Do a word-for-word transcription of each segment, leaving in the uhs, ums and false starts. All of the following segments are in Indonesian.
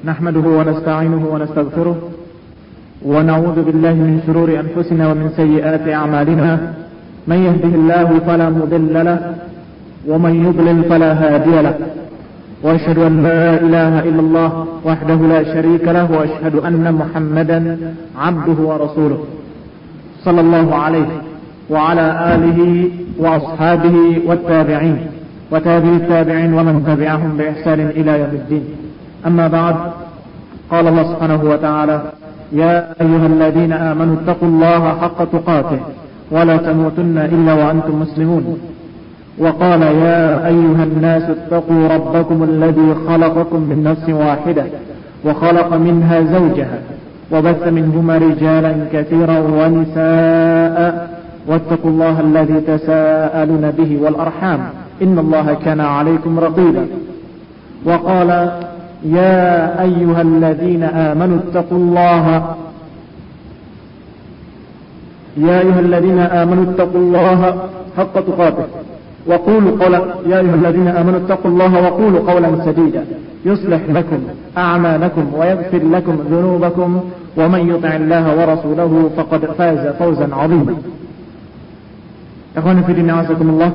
نحمده ونستعينه ونستغفره ونعوذ بالله من شرور أنفسنا ومن سيئات أعمالنا من يهده الله فلا مضل له ومن يضلل فلا هادي له وأشهد أن لا إله إلا الله وحده لا شريك له وأشهد أن محمدا عبده ورسوله صلى الله عليه وعلى آله وأصحابه والتابعين وتابع التابعين ومن تبعهم بإحسان إلى يوم الدين. أما بعد، قال الله سبحانه وتعالى: يا أيها الذين آمنوا اتقوا الله حق تقاته ولا تموتن إلا وأنتم مسلمون. وقال: يا أيها الناس اتقوا ربكم الذي خلقكم من نفس واحدة وخلق منها زوجها وبث منهما رجالا كثيرا ونساء واتقوا الله الذي تساءلون به والأرحام إن الله كان عليكم رقيبا. وقال: يا أيها الذين آمنوا اتقوا الله يا أيها الذين آمنوا اتقوا الله حق تقاته وقولوا قولا يا أيها الذين آمنوا اتقوا الله وقولوا قولا سديدا يصلح لكم أعمالكم ويغفر لكم ذنوبكم ومن يطع الله ورسوله فقد فاز فوزا عظيما. Ikhwani fi din, a'azakumullah.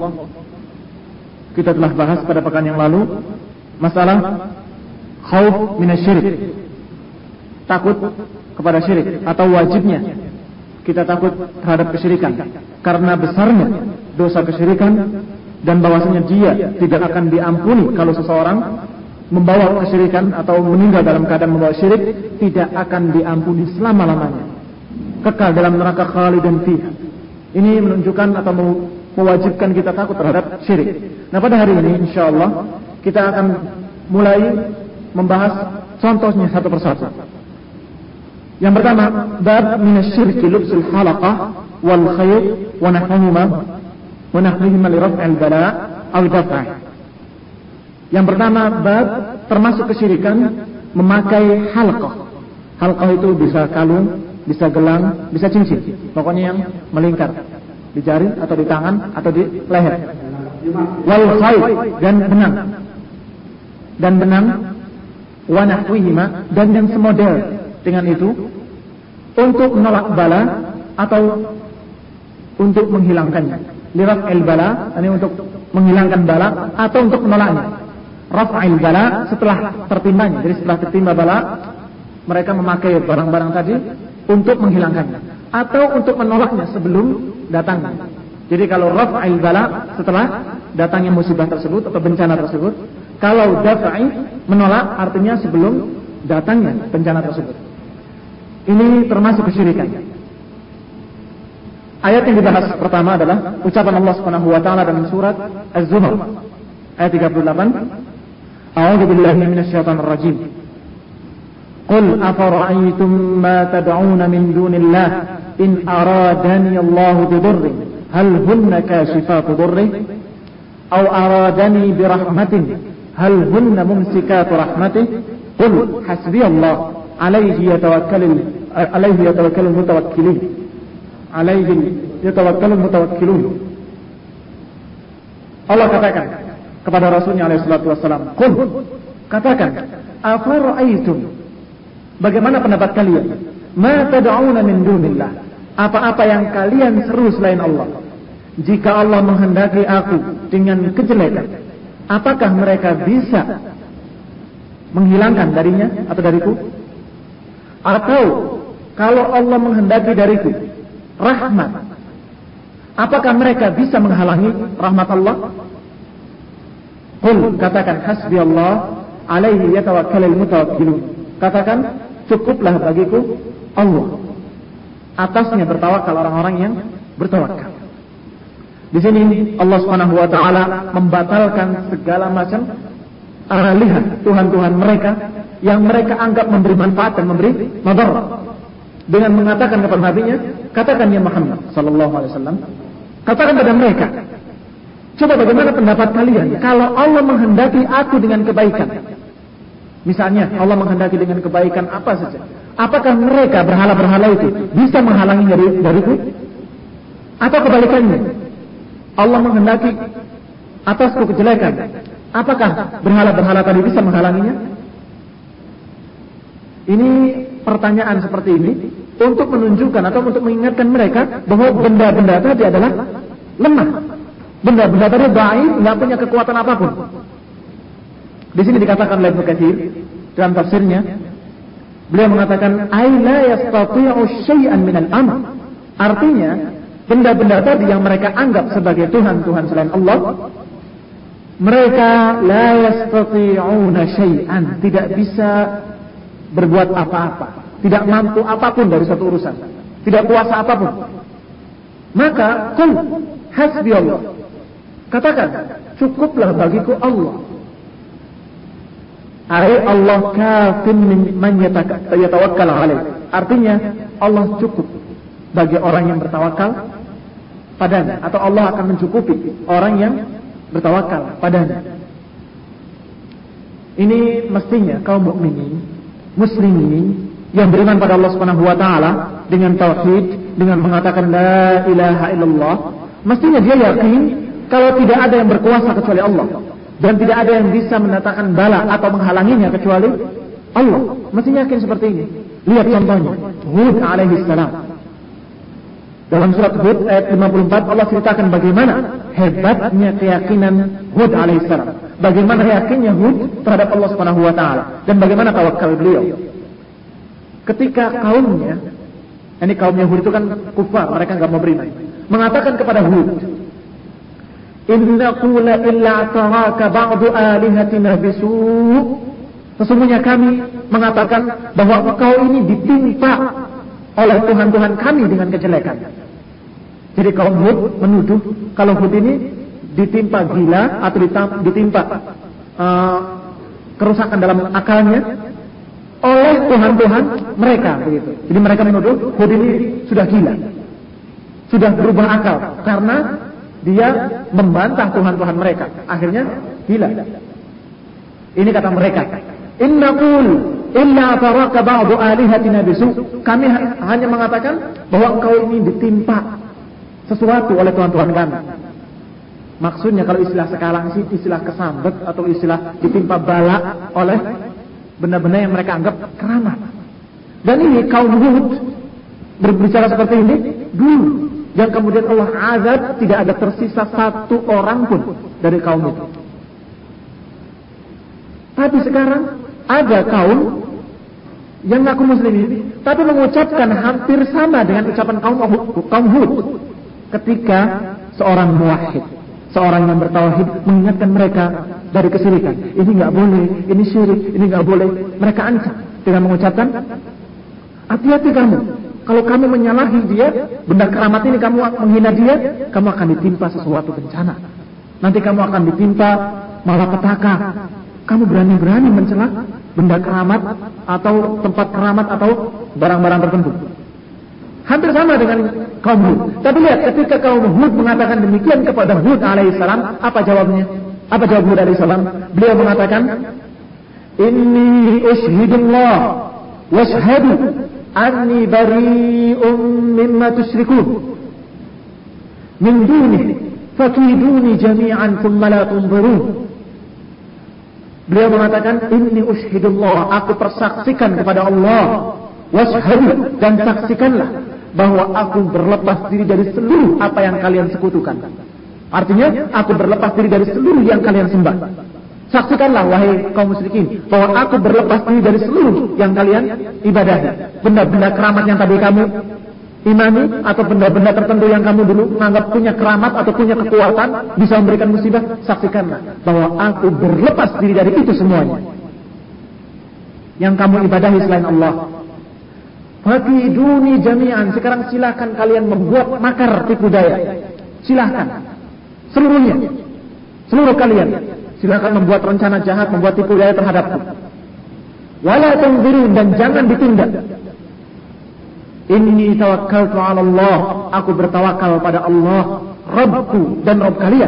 Kita telah bahas pada pekan yang lalu masalah khauf minasyirik, takut kepada syirik atau wajibnya kita takut terhadap kesyirikan karena besarnya dosa kesyirikan dan bahwasanya dia tidak akan diampuni kalau seseorang membawa kesyirikan atau meninggal dalam keadaan membawa syirik, tidak akan diampuni selama-lamanya, kekal dalam neraka khalidan fiha. Ini menunjukkan atau mewajibkan kita takut terhadap syirik. Nah, pada hari ini insyaallah kita akan mulai membahas contohnya satu persatu. Yang pertama, bab minasyirki lubsul halaqah wal khayt wa nahwuhuma wa nahwuhuma li raf'il bala' aw daf'i. Yang pertama, bab termasuk kesyirikan memakai halqah. Halqah itu bisa kalung, bisa gelang, bisa cincin. Pokoknya yang melingkar di jari atau di tangan atau di leher. Wal khayt, dan benang. Dan benang wa nahwihima, dan yang semodel dengan itu untuk menolak bala atau untuk menghilangkannya. Liraf'il bala, ini untuk menghilangkan bala atau untuk menolaknya. Raf'il bala, setelah tertimbanya. Jadi setelah tertimba bala, mereka memakai barang-barang tadi untuk menghilangkannya atau untuk menolaknya sebelum datangnya. Jadi kalau raf'il bala, setelah datangnya musibah tersebut atau bencana tersebut. Kalau daf'i, menolak, artinya sebelum datangnya bencana tersebut. Ini termasuk kesyirikan. Ayat yang dibahas pertama adalah ucapan Allah Subhanahu wa taala dalam surat Az-Zumar ayat tiga puluh delapan. A'udzu billahi minasyaitonir rajim. Qul afara'aytum ma tad'un min dunillah in aradani Allahu bidurrin hal hunna kashifatu durri aw aradani birahmatin hal hunna mumsikatu rahmatih qul hasbiyallah alaihi yatawakkalul alaihi yatawakkalul mutawakkilin alaihi yatawakkalul mutawakkilun. Allah katakan kepada Rasulnya alaihi salatu wassalam, qul, katakan, afara'aitum, bagaimana pendapat kalian, ma tad'una min dunillah, apa-apa yang kalian seru selain Allah, jika Allah menghendaki aku dengan kejelekan, apakah mereka bisa menghilangkan darinya atau dariku? Atau kalau Allah menghendaki dariku rahmat, apakah mereka bisa menghalangi rahmat Allah? Qul, katakan, hasbiyallah alaihi yatawakkalul mutawakkilun, katakan, cukuplah bagiku Allah, atasnya bertawakal orang-orang yang bertawakal. Di sini Allah Subhanahu wa taala membatalkan segala macam alihan tuhan-tuhan mereka yang mereka anggap memberi manfaat dan memberi madarat, dengan mengatakan kepada nabinya, katakan ya Muhammad sallallahu alaihi wasallam, katakan pada mereka, coba bagaimana pendapat kalian kalau Allah menghendaki aku dengan kebaikan? Misalnya Allah menghendaki dengan kebaikan apa saja, apakah mereka berhala-berhala itu bisa menghalangi dari dariku? Atau kebalikannya, Allah menghendaki atasku kejelekan, apakah berhala-berhala tadi bisa menghalanginya? Ini pertanyaan seperti ini untuk menunjukkan atau untuk mengingatkan mereka bahwa benda-benda tadi adalah lemah. Benda-benda tadi dhaif, nggak punya kekuatan apapun. Di sini dikatakan oleh Ibnu Katsir dalam tafsirnya, beliau mengatakan ay la yastati'u syai'an minal amr. Artinya, benda-benda tadi yang mereka anggap sebagai Tuhan-Tuhan selain Allah, mereka la yastati'una syai'an, tidak bisa berbuat apa-apa, tidak mampu apapun dari suatu urusan, tidak kuasa apapun. Maka qul hasbi Allah, katakan cukuplah bagiku Allah. Ay Allah kafin man yatawakkal alaih. Artinya Allah cukup bagi orang yang bertawakal padanya, atau Allah akan mencukupi orang yang bertawakal padanya. Ini mestinya kaum mukminin, muslimin yang beriman pada Allah Subhanahu wa taala dengan tauhid, dengan mengatakan la ilaha illallah, mestinya dia yakin kalau tidak ada yang berkuasa kecuali Allah dan tidak ada yang bisa mendatangkan bala atau menghalanginya kecuali Allah. Mestinya yakin seperti ini. Lihat contohnya, Hud alaihi salam. Dalam surat Hud ayat lima puluh empat Allah ceritakan bagaimana hebatnya keyakinan Hud alaihissalam, bagaimana yakinnya Hud terhadap Allah Subhanahu wa taala, dan bagaimana tawakal beliau. Ketika kaumnya, ini kaumnya Hud itu kan kufar, mereka enggak mau beriman, mengatakan kepada Hud, "Inna qula illa taraka ba'du alihatina bisu." Sesungguhnya kami mengatakan bahwa engkau ini ditimpa oleh Tuhan-Tuhan kami dengan kejelekan. Jadi kaum Hud menuduh kalau Hud ini ditimpa gila atau ditimpa uh, kerusakan dalam akalnya oleh Tuhan-Tuhan mereka, begitu. Jadi mereka menuduh Hud ini sudah gila, sudah berubah akal karena dia membantah Tuhan-Tuhan mereka. Akhirnya gila. Ini kata mereka. Inna qul illa taraka ba'du alihatina bisu. Kami hanya mengatakan bahwa engkau ini ditimpa sesuatu oleh Tuhan-Tuhan kami. Maksudnya kalau istilah sekarang sih istilah kesambet atau istilah ditimpa bala oleh benda-benda yang mereka anggap keramat. Dan ini kaum Hud berbicara seperti ini dulu, yang kemudian Allah azab, tidak ada tersisa satu orang pun dari kaum itu. Tapi sekarang ada kaum yang ngaku muslimin tapi mengucapkan hampir sama dengan ucapan kaum kaum Hud ketika seorang muwahhid, seorang yang bertauhid mengingatkan mereka dari kesyirikan. Ini enggak boleh, ini syirik, ini enggak boleh. Mereka ancam dengan mengucapkan, hati-hati kamu, kalau kamu menyalahi dia, benda keramat ini kamu menghina dia, kamu akan ditimpa sesuatu bencana. Nanti kamu akan ditimpa malapetaka. Kamu berani-berani mencela benda keramat atau tempat keramat atau barang-barang tertentu. Hampir sama dengan kaum Hud. Tapi lihat, ketika kaum Hud mengatakan demikian kepada Hud alaihissalam, apa jawabnya? Apa jawab Hud alaihissalam? Beliau mengatakan, Inni ushhidullah washhadu anni bari'un mimma tusyrikun min dunihi fakiduni jami'an thumma la tunzirun. Beliau mengatakan, Inni ushhidullah, aku persaksikan kepada Allah, washhadu, dan saksikanlah bahwa aku berlepas diri dari seluruh apa yang kalian sekutukan. Artinya, aku berlepas diri dari seluruh yang kalian sembah. Saksikanlah wahai kaum musyrikin bahwa aku berlepas diri dari seluruh yang kalian ibadahi. Benda-benda keramat yang tadi kamu imani, atau benda-benda tertentu yang kamu dulu menganggap punya keramat atau punya kekuatan bisa memberikan musibah, saksikanlah bahwa aku berlepas diri dari itu semuanya yang kamu ibadahi selain Allah. Fakiduni jami'an, sekarang silakan kalian membuat makar tipu daya. Silakan seluruhnya, seluruh kalian silakan membuat rencana jahat, membuat tipu daya terhadapku. Wala tunzirun, dan jangan ditunda. Inni tawakkaltu 'ala Allah, aku bertawakal pada Allah, Rabbku dan Rabb kalian.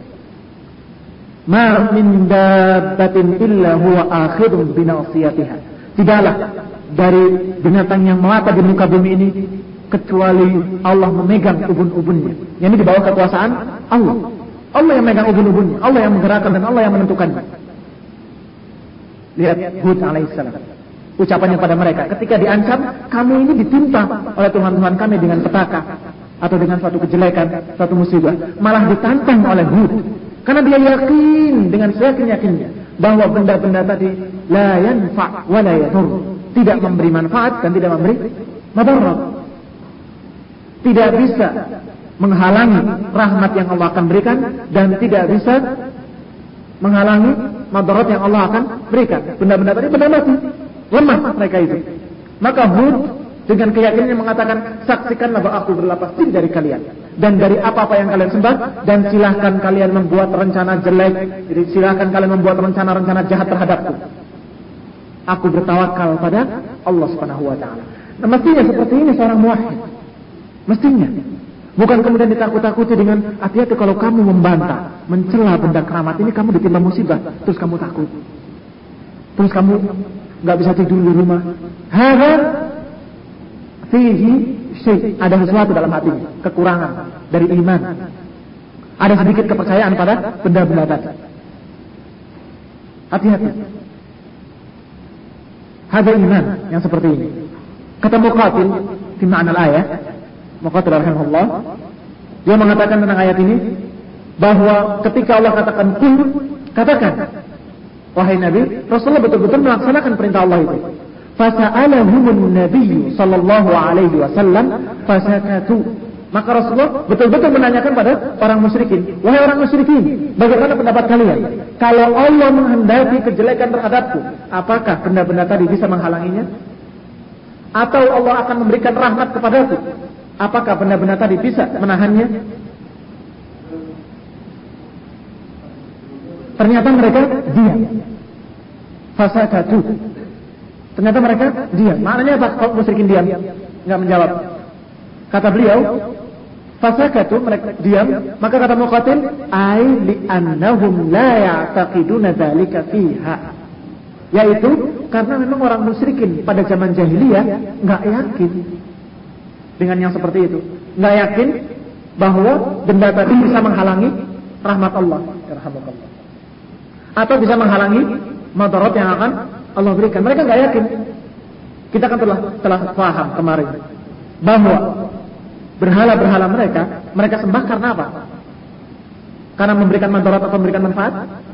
Ma min dabbatin illa huwa akhidun bi nasiyatiha. Tidaklah dari binatang yang melata di muka bumi ini kecuali Allah memegang ubun-ubunnya. Yang ini di bawah kekuasaan Allah. Allah yang memegang ubun-ubunnya, Allah yang menggerakkan dan Allah yang menentukannya. Lihat Hud alaihissalam. ucapannya pada mereka ketika diancam, kamu ini ditimpa oleh Tuhan-Tuhan kami dengan petaka atau dengan suatu kejelekan, suatu musibah. Malah ditantang oleh Hud, karena dia yakin dengan seyakin-yakinnya bahwa benda-benda tadi la yanfa' wa la yadur, tidak memberi manfaat dan tidak memberi madarat, tidak bisa menghalangi rahmat yang Allah akan berikan dan tidak bisa menghalangi madarat yang Allah akan berikan. Benda-benda tadi benda mati, lemah mereka itu. Maka Hud dengan keyakinannya mengatakan, saksikanlah bahwa aku berlepas diri dari kalian dan dari apa-apa yang kalian sembah, dan silahkan kalian membuat rencana jelek, jadi silahkan kalian membuat rencana-rencana jahat terhadapku. Aku bertawakal pada Allah Subhanahu wa taala. Nah, mestinya seperti ini seorang muwahhid. Mestinya. Bukan kemudian ditakut-takuti dengan hati-hati kalau kamu membantah, mencela benda keramat ini, kamu ditimpa musibah, terus kamu takut. Terus kamu enggak bisa tidur di rumah. Hadza fihi syai', ada sesuatu dalam hatinya, kekurangan dari iman. Ada sedikit kepercayaan pada benda-benda tadi. Hati-hati. Hadza iman yang seperti ini. Kata Muqatil di makna ayat, Muqatil rahimahullah, dia mengatakan tentang ayat ini bahwa ketika Allah katakan kul, katakan wahai Nabi, Rasulullah betul-betul melaksanakan perintah Allah itu. Fasa'alahumun Nabi sallallahu alaihi wasallam fasakatu. Maka Rasulullah betul-betul menanyakan pada orang musyrikin, wahai orang musyrikin, bagaimana pendapat kalian? Kalau Allah menghendaki kejelekan terhadapku, apakah benda-benda tadi bisa menghalanginya? Atau Allah akan memberikan rahmat kepadaku, apakah benda-benda tadi bisa menahannya? Ternyata mereka diam. Fasakatu. Ternyata mereka diam. Maknanya apa kalau musyrikin diam? Enggak menjawab. Kata beliau, fasakatu, mereka diam. Maka kata Muqatil, ai li'annahum la ya'taqiduna dzalika fiha. Yaitu karena memang orang musyrikin pada zaman jahiliyah enggak yakin dengan yang seperti itu. Enggak yakin bahwa benda tadi bisa menghalangi rahmat Allah, yarhamukallah, atau bisa menghalangi madarat yang akan Allah berikan. Mereka enggak yakin. Kita kan telah telah paham kemarin bahwa berhala-berhala mereka, mereka sembah karena apa? Karena memberikan madarat atau memberikan manfaat?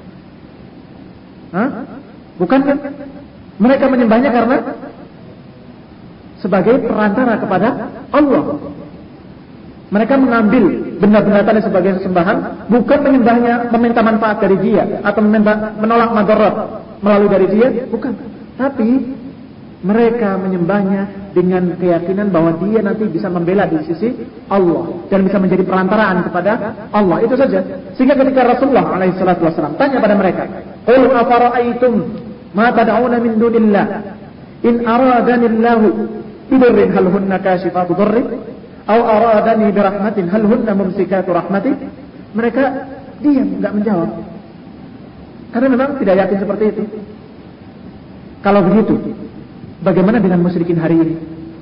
Hah? Bukan kan? Mereka menyembahnya karena sebagai perantara kepada Allah. Mereka mengambil benda-benda tadi sebagai sembahan, bukan menyembahnya meminta manfaat dari dia atau meminta, menolak madarat melalui dari dia, bukan. Tapi mereka menyembahnya dengan keyakinan bahwa dia nanti bisa membela di sisi Allah dan bisa menjadi perantaraan kepada Allah. Itu saja. Sehingga ketika Rasulullah alaihi salatu wasallam tanya pada mereka, "Qul afara'aitum ma tad'una min dunillah in aradanillahu bidurrin hal hunna kashifatu dhurri aw aradani birahmatin hal hunna mumsikatu rahmati?" Mereka diam, enggak menjawab. Karena memang tidak yakin seperti itu. Kalau begitu, bagaimana dengan musyrikin hari ini?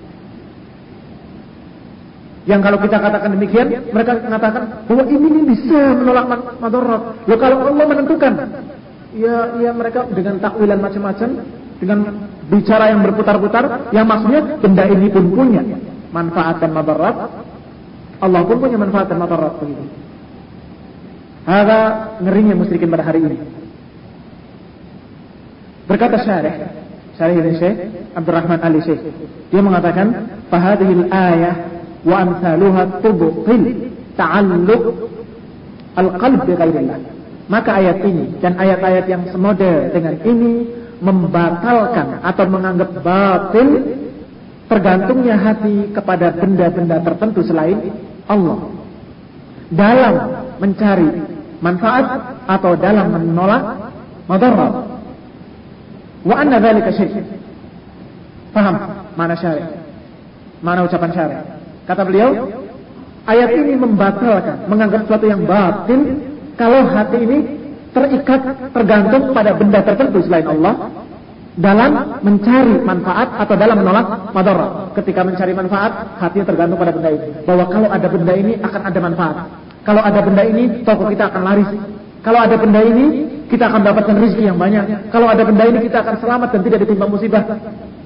Yang kalau kita katakan demikian, mereka mengatakan bahwa ini, ini bisa menolak madarat. Loh, kalau Allah menentukan, ya, ya mereka dengan takwilan macam-macam, dengan bicara yang berputar-putar, yang maksudnya benda ini pun punya manfaat dan madarat, Allah pun punya manfaat dan madarat begitu. Ada ngerinya musyrikin pada hari ini. Berkata syarih, syarih ini Syekh Abdurrahman Ali Syekh, dia mengatakan, "Fahadhil ayah wa amsaluha tubqil ta'alluq al-qalb bi ghairillah." Maka ayat ini dan ayat-ayat yang semodel dengan ini membatalkan atau menganggap batil tergantungnya hati kepada benda-benda tertentu selain Allah dalam mencari manfaat atau dalam menolak madarat. Wa anna dzalika syirk. Paham mana syarih? Mana ucapan syarih? Kata beliau, ayat ini membatalkan, menganggap sesuatu yang batil kalau hati ini terikat, tergantung pada benda tertentu selain Allah dalam mencari manfaat atau dalam menolak madarat. Ketika mencari manfaat, hatinya tergantung pada benda ini. Bahwa kalau ada benda ini akan ada manfaat. Kalau ada benda ini, toko kita akan laris. Kalau ada benda ini, kita akan mendapatkan rezeki yang banyak. Kalau ada benda ini, kita akan selamat dan tidak ditimpa musibah.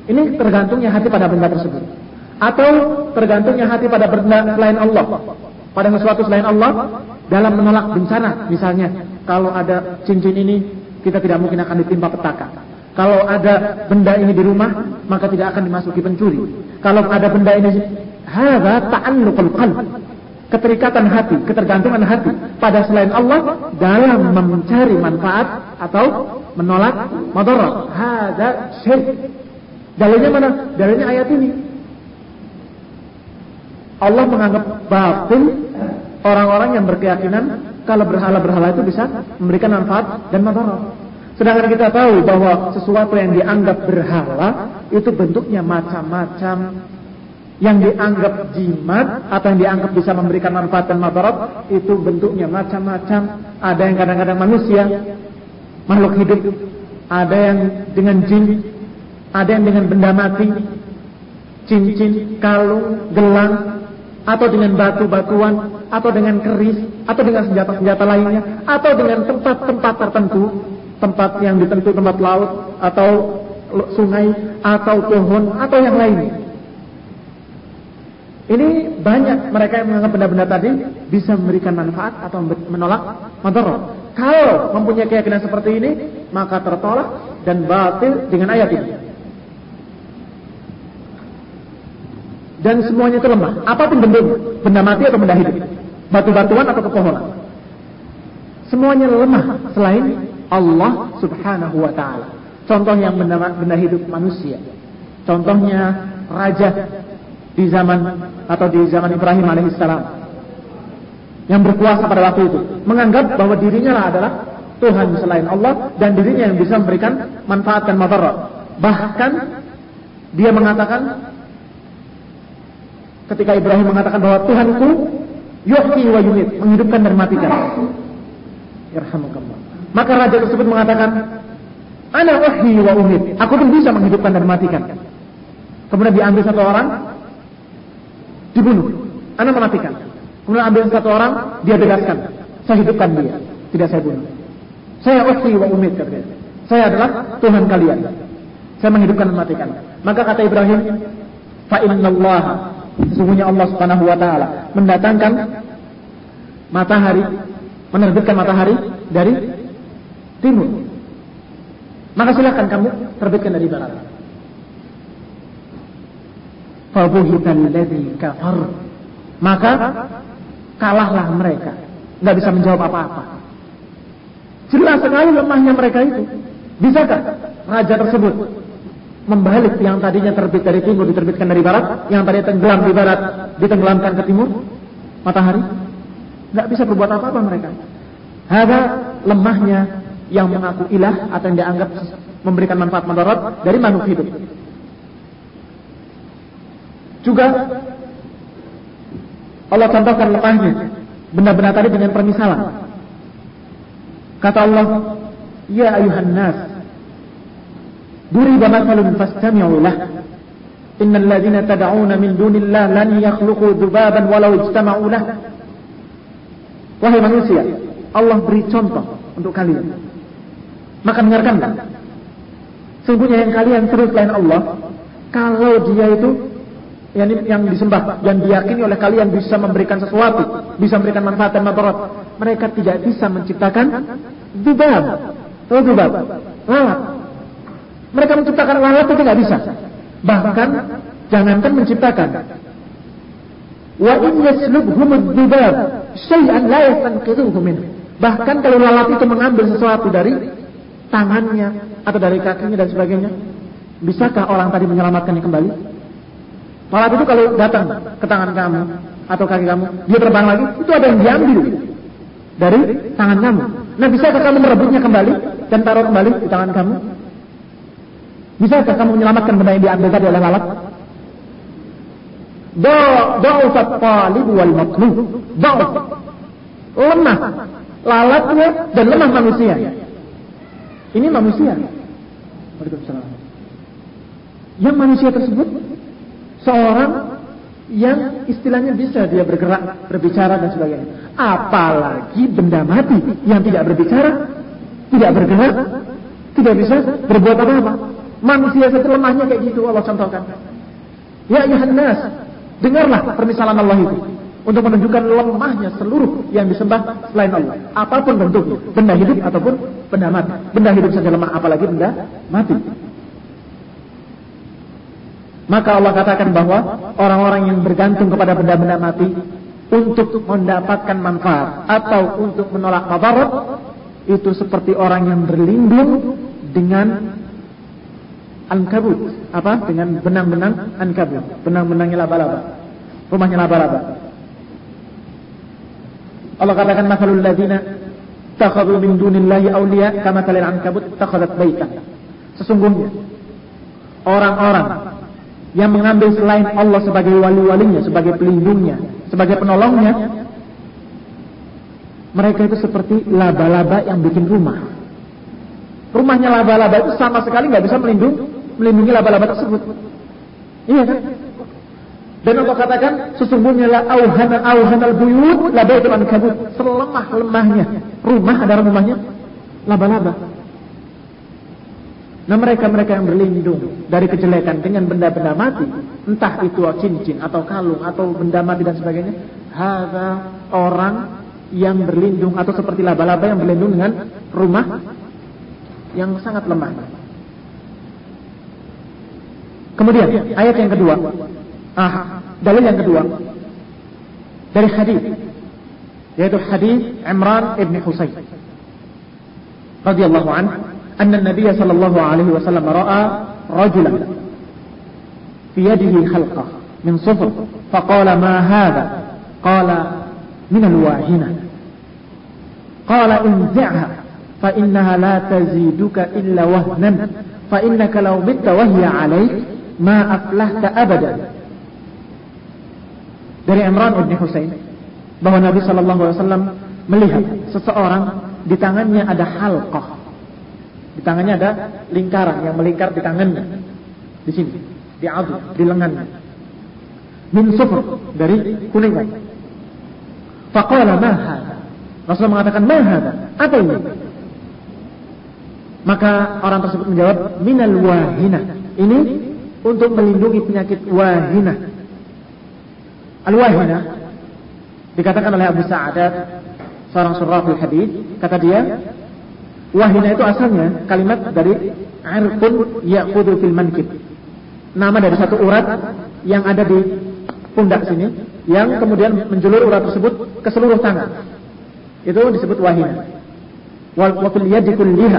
Ini tergantungnya hati pada benda tersebut. Atau tergantungnya hati pada benda selain Allah, pada sesuatu selain Allah, dalam menolak bencana. Misalnya, kalau ada cincin ini, kita tidak mungkin akan ditimpa petaka. Kalau ada benda ini di rumah, maka tidak akan dimasuki pencuri. Kalau ada benda ini, hadza ta'alluqul qalb, keterikatan hati, ketergantungan hati pada selain Allah dalam mencari manfaat atau menolak madarat. Hadza syirik. Dalilnya mana? Dalilnya ayat ini. Allah menganggap batil orang-orang yang berkeyakinan kalau berhala-berhala itu bisa memberikan manfaat dan madarat. Sedangkan kita tahu bahwa sesuatu yang dianggap berhala itu bentuknya macam-macam. Yang dianggap jimat atau yang dianggap bisa memberikan manfaat dan madarat itu bentuknya macam-macam. Ada yang kadang-kadang manusia, makhluk hidup, ada yang dengan jin, ada yang dengan benda mati, cincin, kalung, gelang, atau dengan batu-batuan, atau dengan keris, atau dengan senjata-senjata lainnya, atau dengan tempat-tempat tertentu, tempat yang ditentu, tempat laut, atau sungai, atau pohon, atau yang lainnya. Ini banyak mereka yang menganggap benda-benda tadi bisa memberikan manfaat atau menolak madarat. Kalau mempunyai keyakinan seperti ini, maka tertolak dan batil dengan ayat ini. Dan semuanya itu lemah. Apapun bentuknya, benda mati atau benda hidup, batu-batuan atau pepohonan, semuanya lemah selain Allah Subhanahu wa Ta'ala. Contoh yang benda, benda hidup manusia, contohnya raja di zaman atau di zaman Ibrahim alaihissalam yang berkuasa pada waktu itu, menganggap bahwa dirinya lah adalah Tuhan selain Allah dan dirinya yang bisa memberikan manfaat dan madarat. Bahkan dia mengatakan, ketika Ibrahim mengatakan bahwa Tuhanku yuhyi wa yumit, menghidupkan dan mematikan, yarhamukallah, maka raja tersebut mengatakan, ana uhyi wa umit, aku pun bisa menghidupkan dan mematikan. Kemudian diambil satu orang, dibunuh, ana mematikan. Kemudian ambil satu orang, dia tegaskan, saya hidupkan dia, tidak saya bunuh. Saya uhyi wa umit, katanya, saya adalah Tuhan kalian, saya menghidupkan dan mematikan. Maka kata Ibrahim, fa innallaha, sesungguhnya Allah Subhanahu wa Ta'ala mendatangkan matahari, menerbitkan matahari dari timur, maka silakan kamu terbitkan dari barat. Fabuhital ladzi kafar, maka kalahlah mereka, enggak bisa menjawab apa-apa. Jelas sekali lemahnya mereka itu. Bisakah raja tersebut membalik yang tadinya terbit dari timur diterbitkan dari barat, yang tadinya tenggelam di barat ditenggelamkan ke timur matahari? Enggak bisa berbuat apa-apa mereka. Ada lemahnya yang mengaku ilah atau yang dianggap memberikan manfaat madarat dari makhluk hidup. Juga Allah contohkan lemahnya benda-benda tadi dengan permisalan. Kata Allah, ya ayuhan nas, duriba mathalun fastami'u lah, innal ladzina tad'una min dunillah lan yakhluqu dzubaban walau ijtama'u lah. Wahai manusia, Allah beri contoh untuk kalian, maka dengarkanlah. Sungguhnya yang kalian seru selain Allah, kalau dia itu yang, yang disembah, yang diyakini oleh kalian bisa memberikan sesuatu, bisa memberikan manfaat dan madarat, mereka tidak bisa menciptakan dzubab. Tahu dzubab? Lalat. Mereka menciptakan lalat itu tidak bisa. Bahkan jangankan menciptakan. Wa in yaslubhum dzubab syai'an la yastanqidhuhu min. Bahkan kalau lalat itu mengambil sesuatu dari tangannya atau dari kakinya dan sebagainya, bisakah orang tadi menyelamatkannya kembali? Lalat itu kalau datang ke tangan kamu atau kaki kamu, dia terbang lagi, itu ada yang diambil dari tangan kamu. Nah, bisakah kamu merebutnya kembali dan taruh kembali di tangan kamu? Bisakah kamu menyelamatkan benda yang diambil tadi oleh lalat? Da'ufat talib wal matlub. Da'uf, lemah lalatnya dan lemah manusia. Ini manusia. Waalaikumsalam. Yang manusia tersebut seorang yang istilahnya bisa dia bergerak, berbicara dan sebagainya. Apalagi benda mati yang tidak berbicara, tidak bergerak, tidak bisa berbuat apa-apa. Manusia saja lemahnya kayak gitu Allah contohkan. Ya ayuhan nas, dengarlah permisalan Allah itu untuk menunjukkan lemahnya seluruh yang disembah selain Allah, apapun bentuknya, benda hidup ataupun benda mati. Benda hidup saja lemah, apalagi benda mati. Maka Allah katakan bahwa orang-orang yang bergantung kepada benda-benda mati untuk mendapatkan manfaat atau untuk menolak madarat, itu seperti orang yang berlindung dengan ankabut, apa? Dengan benang-benang ankabut, benang-benangnya laba-laba, rumahnya laba-laba. Allah katakan masalul ladzina takhadhu min dunillahi awliya kamathalil ankabut takhadat baitan. Sesungguhnya orang-orang yang mengambil selain Allah sebagai wali-walinya, sebagai pelindungnya, sebagai penolongnya, mereka itu seperti laba-laba yang bikin rumah. Rumahnya laba-laba itu sama sekali nggak bisa melindungi, melindungi laba-laba tersebut. Iya kan? Dan Allah katakan sesungguhnya la auhana auhanal buyut la baitul ankabut, selemah-lemahnya rumah adalah rumahnya laba-laba. Nah mereka-mereka yang berlindung dari kejelekan dengan benda-benda mati, entah itu cincin atau kalung atau benda mati dan sebagainya, hadza orang yang berlindung atau seperti laba-laba yang berlindung dengan rumah yang sangat lemah. Kemudian ayat yang kedua, ah, dalil yang kedua dari hadis, yaitu hadis Imran ibn Husayn radhiyallahu anhu, anna Nabi sallallahu alaihi wasallam ra'a rajulan fi yadihi khalqah min sufr, faqala ma hadha? Qala min al-wahina. Qala inzi'ha fa innaha la taziduka illa wahnan, fa innaka law mitta wa hiya 'alaik ma aflahta abadan. Dari Imran bin Husain bahwa Nabi sallallahu alaihi wasallam melihat seseorang di tangannya ada halqah. Di tangannya ada lingkaran yang melingkar di tangannya. Di sini, di adu, di lengannya. Min sufr, dari kuningan. Faqala ma hadha? Rasulullah mengatakan ma hadha? Apa ini? Maka orang tersebut menjawab minal wahina. Ini untuk melindungi penyakit wahina. Al-wahina dikatakan oleh Abu Sa'adat, seorang surahul hadis, kata dia, wahina itu asalnya kalimat dari irqun ya'khudhu fil mankib. Nama dari satu urat yang ada di pundak sini, yang kemudian menjulur urat tersebut ke seluruh tangan. Itu disebut wahina. Wal wa fil yadi kulliha.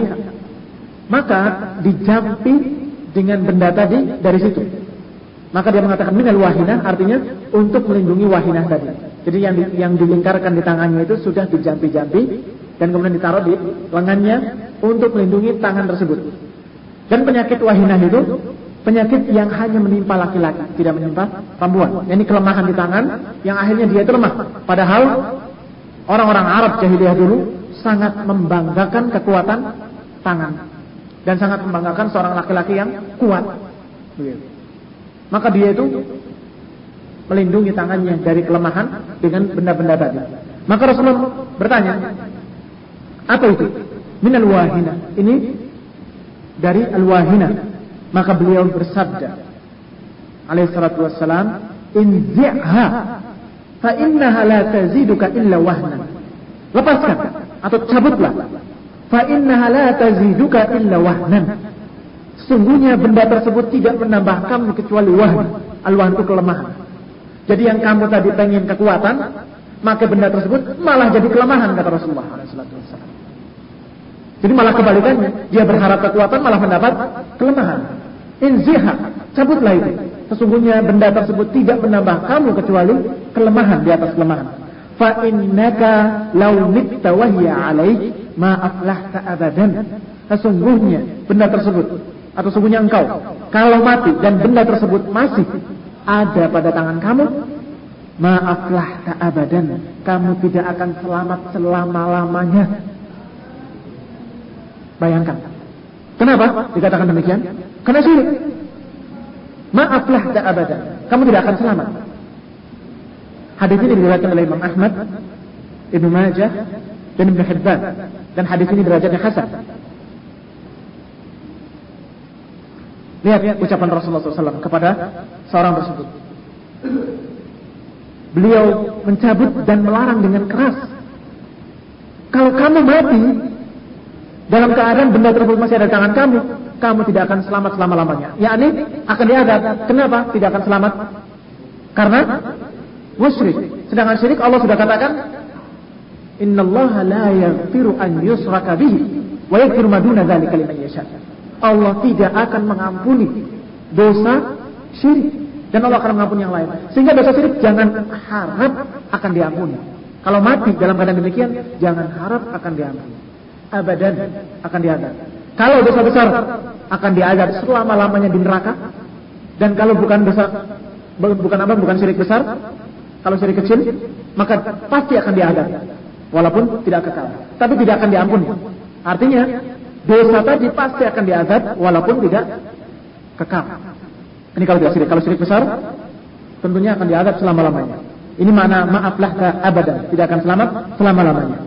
Maka dijampi dengan benda tadi dari situ. Maka dia mengatakan minal wahina, artinya untuk melindungi wahinah tadi. Jadi yang di, yang dilingkarkan di tangannya itu sudah dijampi-jampi dan kemudian ditaruh di lengannya untuk melindungi tangan tersebut. Dan penyakit wahinah itu penyakit yang hanya menimpa laki-laki, tidak menimpa perempuan. Ini kelemahan di tangan yang akhirnya dia itu lemah. Padahal orang-orang Arab jahiliyah dulu sangat membanggakan kekuatan tangan dan sangat membanggakan seorang laki-laki yang kuat. Begitu. Maka dia itu melindungi tangannya dari kelemahan dengan benda-benda tadi. Maka Rasulullah bertanya, apa itu? Minal wahina. Ini dari al-wahina. Maka beliau bersabda alaihi salatu wassalam, inzi'ha fa innaha la taziduka illa wahnan. Lepaskan atau cabutlah. Fa innaha la taziduka illa wahnan. Sungguhnya benda tersebut tidak menambah kamu kecuali wahn. Al-wahn itu kelemahan. Jadi yang kamu tadi pengen kekuatan, maka benda tersebut malah jadi kelemahan, kata Rasulullah alaihi salatu wassalam. Jadi malah kebalikannya, dia berharap kekuatan malah mendapat kelemahan. Inziha, cabutlah itu. Sesungguhnya benda tersebut tidak menambah kamu kecuali kelemahan di atas kelemahan. Fa innaka law mitta wa hiya 'alaik ma aflahta abadan. Sesungguhnya benda tersebut atau sesungguhnya engkau kalau mati dan benda tersebut masih ada pada tangan kamu, ma aflahta abadan, kamu tidak akan selamat selama-lamanya. Bayangkan. Kenapa dikatakan demikian? Karena syirik. Ma aflahta abadan, kamu tidak akan selamat. Hadis ini diriwayatkan oleh Imam Ahmad, Ibnu Majah, dan Ibnu Hibban, dan hadis ini derajatnya hasan. Lihat ucapan Rasulullah shallallahu alaihi wasallam kepada seorang tersebut. Beliau mencabut dan melarang dengan keras. Kalau kamu mati dalam keadaan benda tersebut masih ada di tangan kamu, kamu tidak akan selamat selama-lamanya. Yakni akan diazab. Kenapa tidak akan selamat? Karena musyrik. Sedangkan syirik Allah sudah katakan, innallaha la yaghfiru an yushraka bihi wa yaghfiru ma duna dzalika liman yasha. Allah tidak akan mengampuni dosa syirik dan Allah akan mengampuni yang lain. Sehingga dosa syirik jangan harap akan diampuni. Kalau mati dalam keadaan demikian, jangan harap akan diampuni. Abadan akan diazab. Kalau dosa besar akan diazab selama-lamanya di neraka. Dan kalau bukan dosa bukan apa bukan syirik besar, kalau syirik kecil, maka pasti akan diazab. Walaupun tidak kekal, tapi tidak akan diampuni. Artinya dosa tadi pasti akan diazab walaupun tidak kekal. Ini kalau tidak syirik. Kalau syirik besar tentunya akan diazab selama-lamanya. Ini makna maaflah ka abadan, tidak akan selamat selama-lamanya.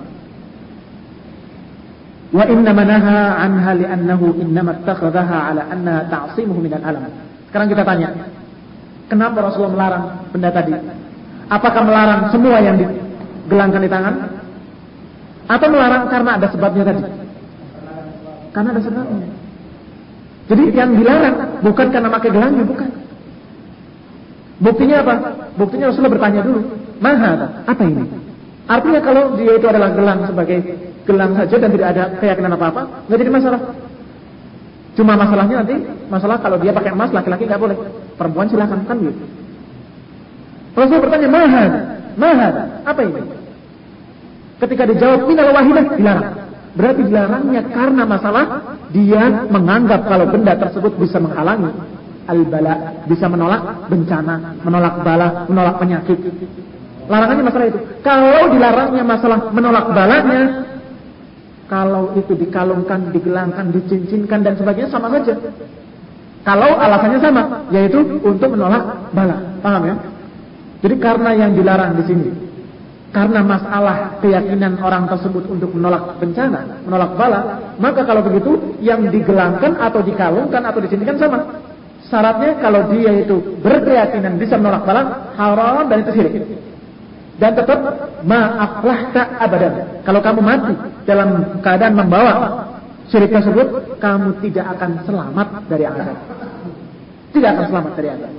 Wa inna manaha anha li'annahu innama ittakhadhaha 'ala annaha ta'simuhu minal alam. Sekarang kita tanya, kenapa Rasulullah melarang benda tadi? Apakah melarang semua yang digelangkan di tangan? Atau melarang karena ada sebabnya tadi? Karena ada sebabnya. Jadi yang dilarang bukan karena pakai gelangnya, bukan. Buktinya apa? Buktinya Rasulullah bertanya dulu, "Maha, apa ini?" Artinya kalau dia itu adalah gelang sebagai gelang saja dan tidak ada keyakinan apa-apa, nggak jadi masalah. Cuma masalahnya nanti, masalah kalau dia pakai emas, laki-laki nggak boleh, perempuan silakan, kan gitu. Rasulullah bertanya, "Maha, maha, apa ini?" Ketika dijawab minal wahidah, dilarang. Berarti dilarangnya karena masalah dia menganggap kalau benda tersebut bisa menghalangi al-bala, bisa menolak bencana, menolak bala, menolak penyakit. Larangannya masalah itu. Kalau dilarangnya masalah menolak balanya, kalau itu dikalungkan, digelangkan, dicincinkan dan sebagainya sama saja. Kalau alasannya sama, yaitu untuk menolak bala. Paham ya? Jadi karena yang dilarang di sini, karena masalah keyakinan orang tersebut untuk menolak bencana, menolak bala, maka kalau begitu yang digelangkan atau dikalungkan atau dicincinkan sama. Syaratnya kalau dia itu berkeyakinan bisa menolak bala, haram dan itu syirik. Dan tetap ma'aflahta abadan. Kalau kamu mati dalam keadaan membawa syirik tersebut, kamu tidak akan selamat dari azab. Tidak akan selamat dari azab.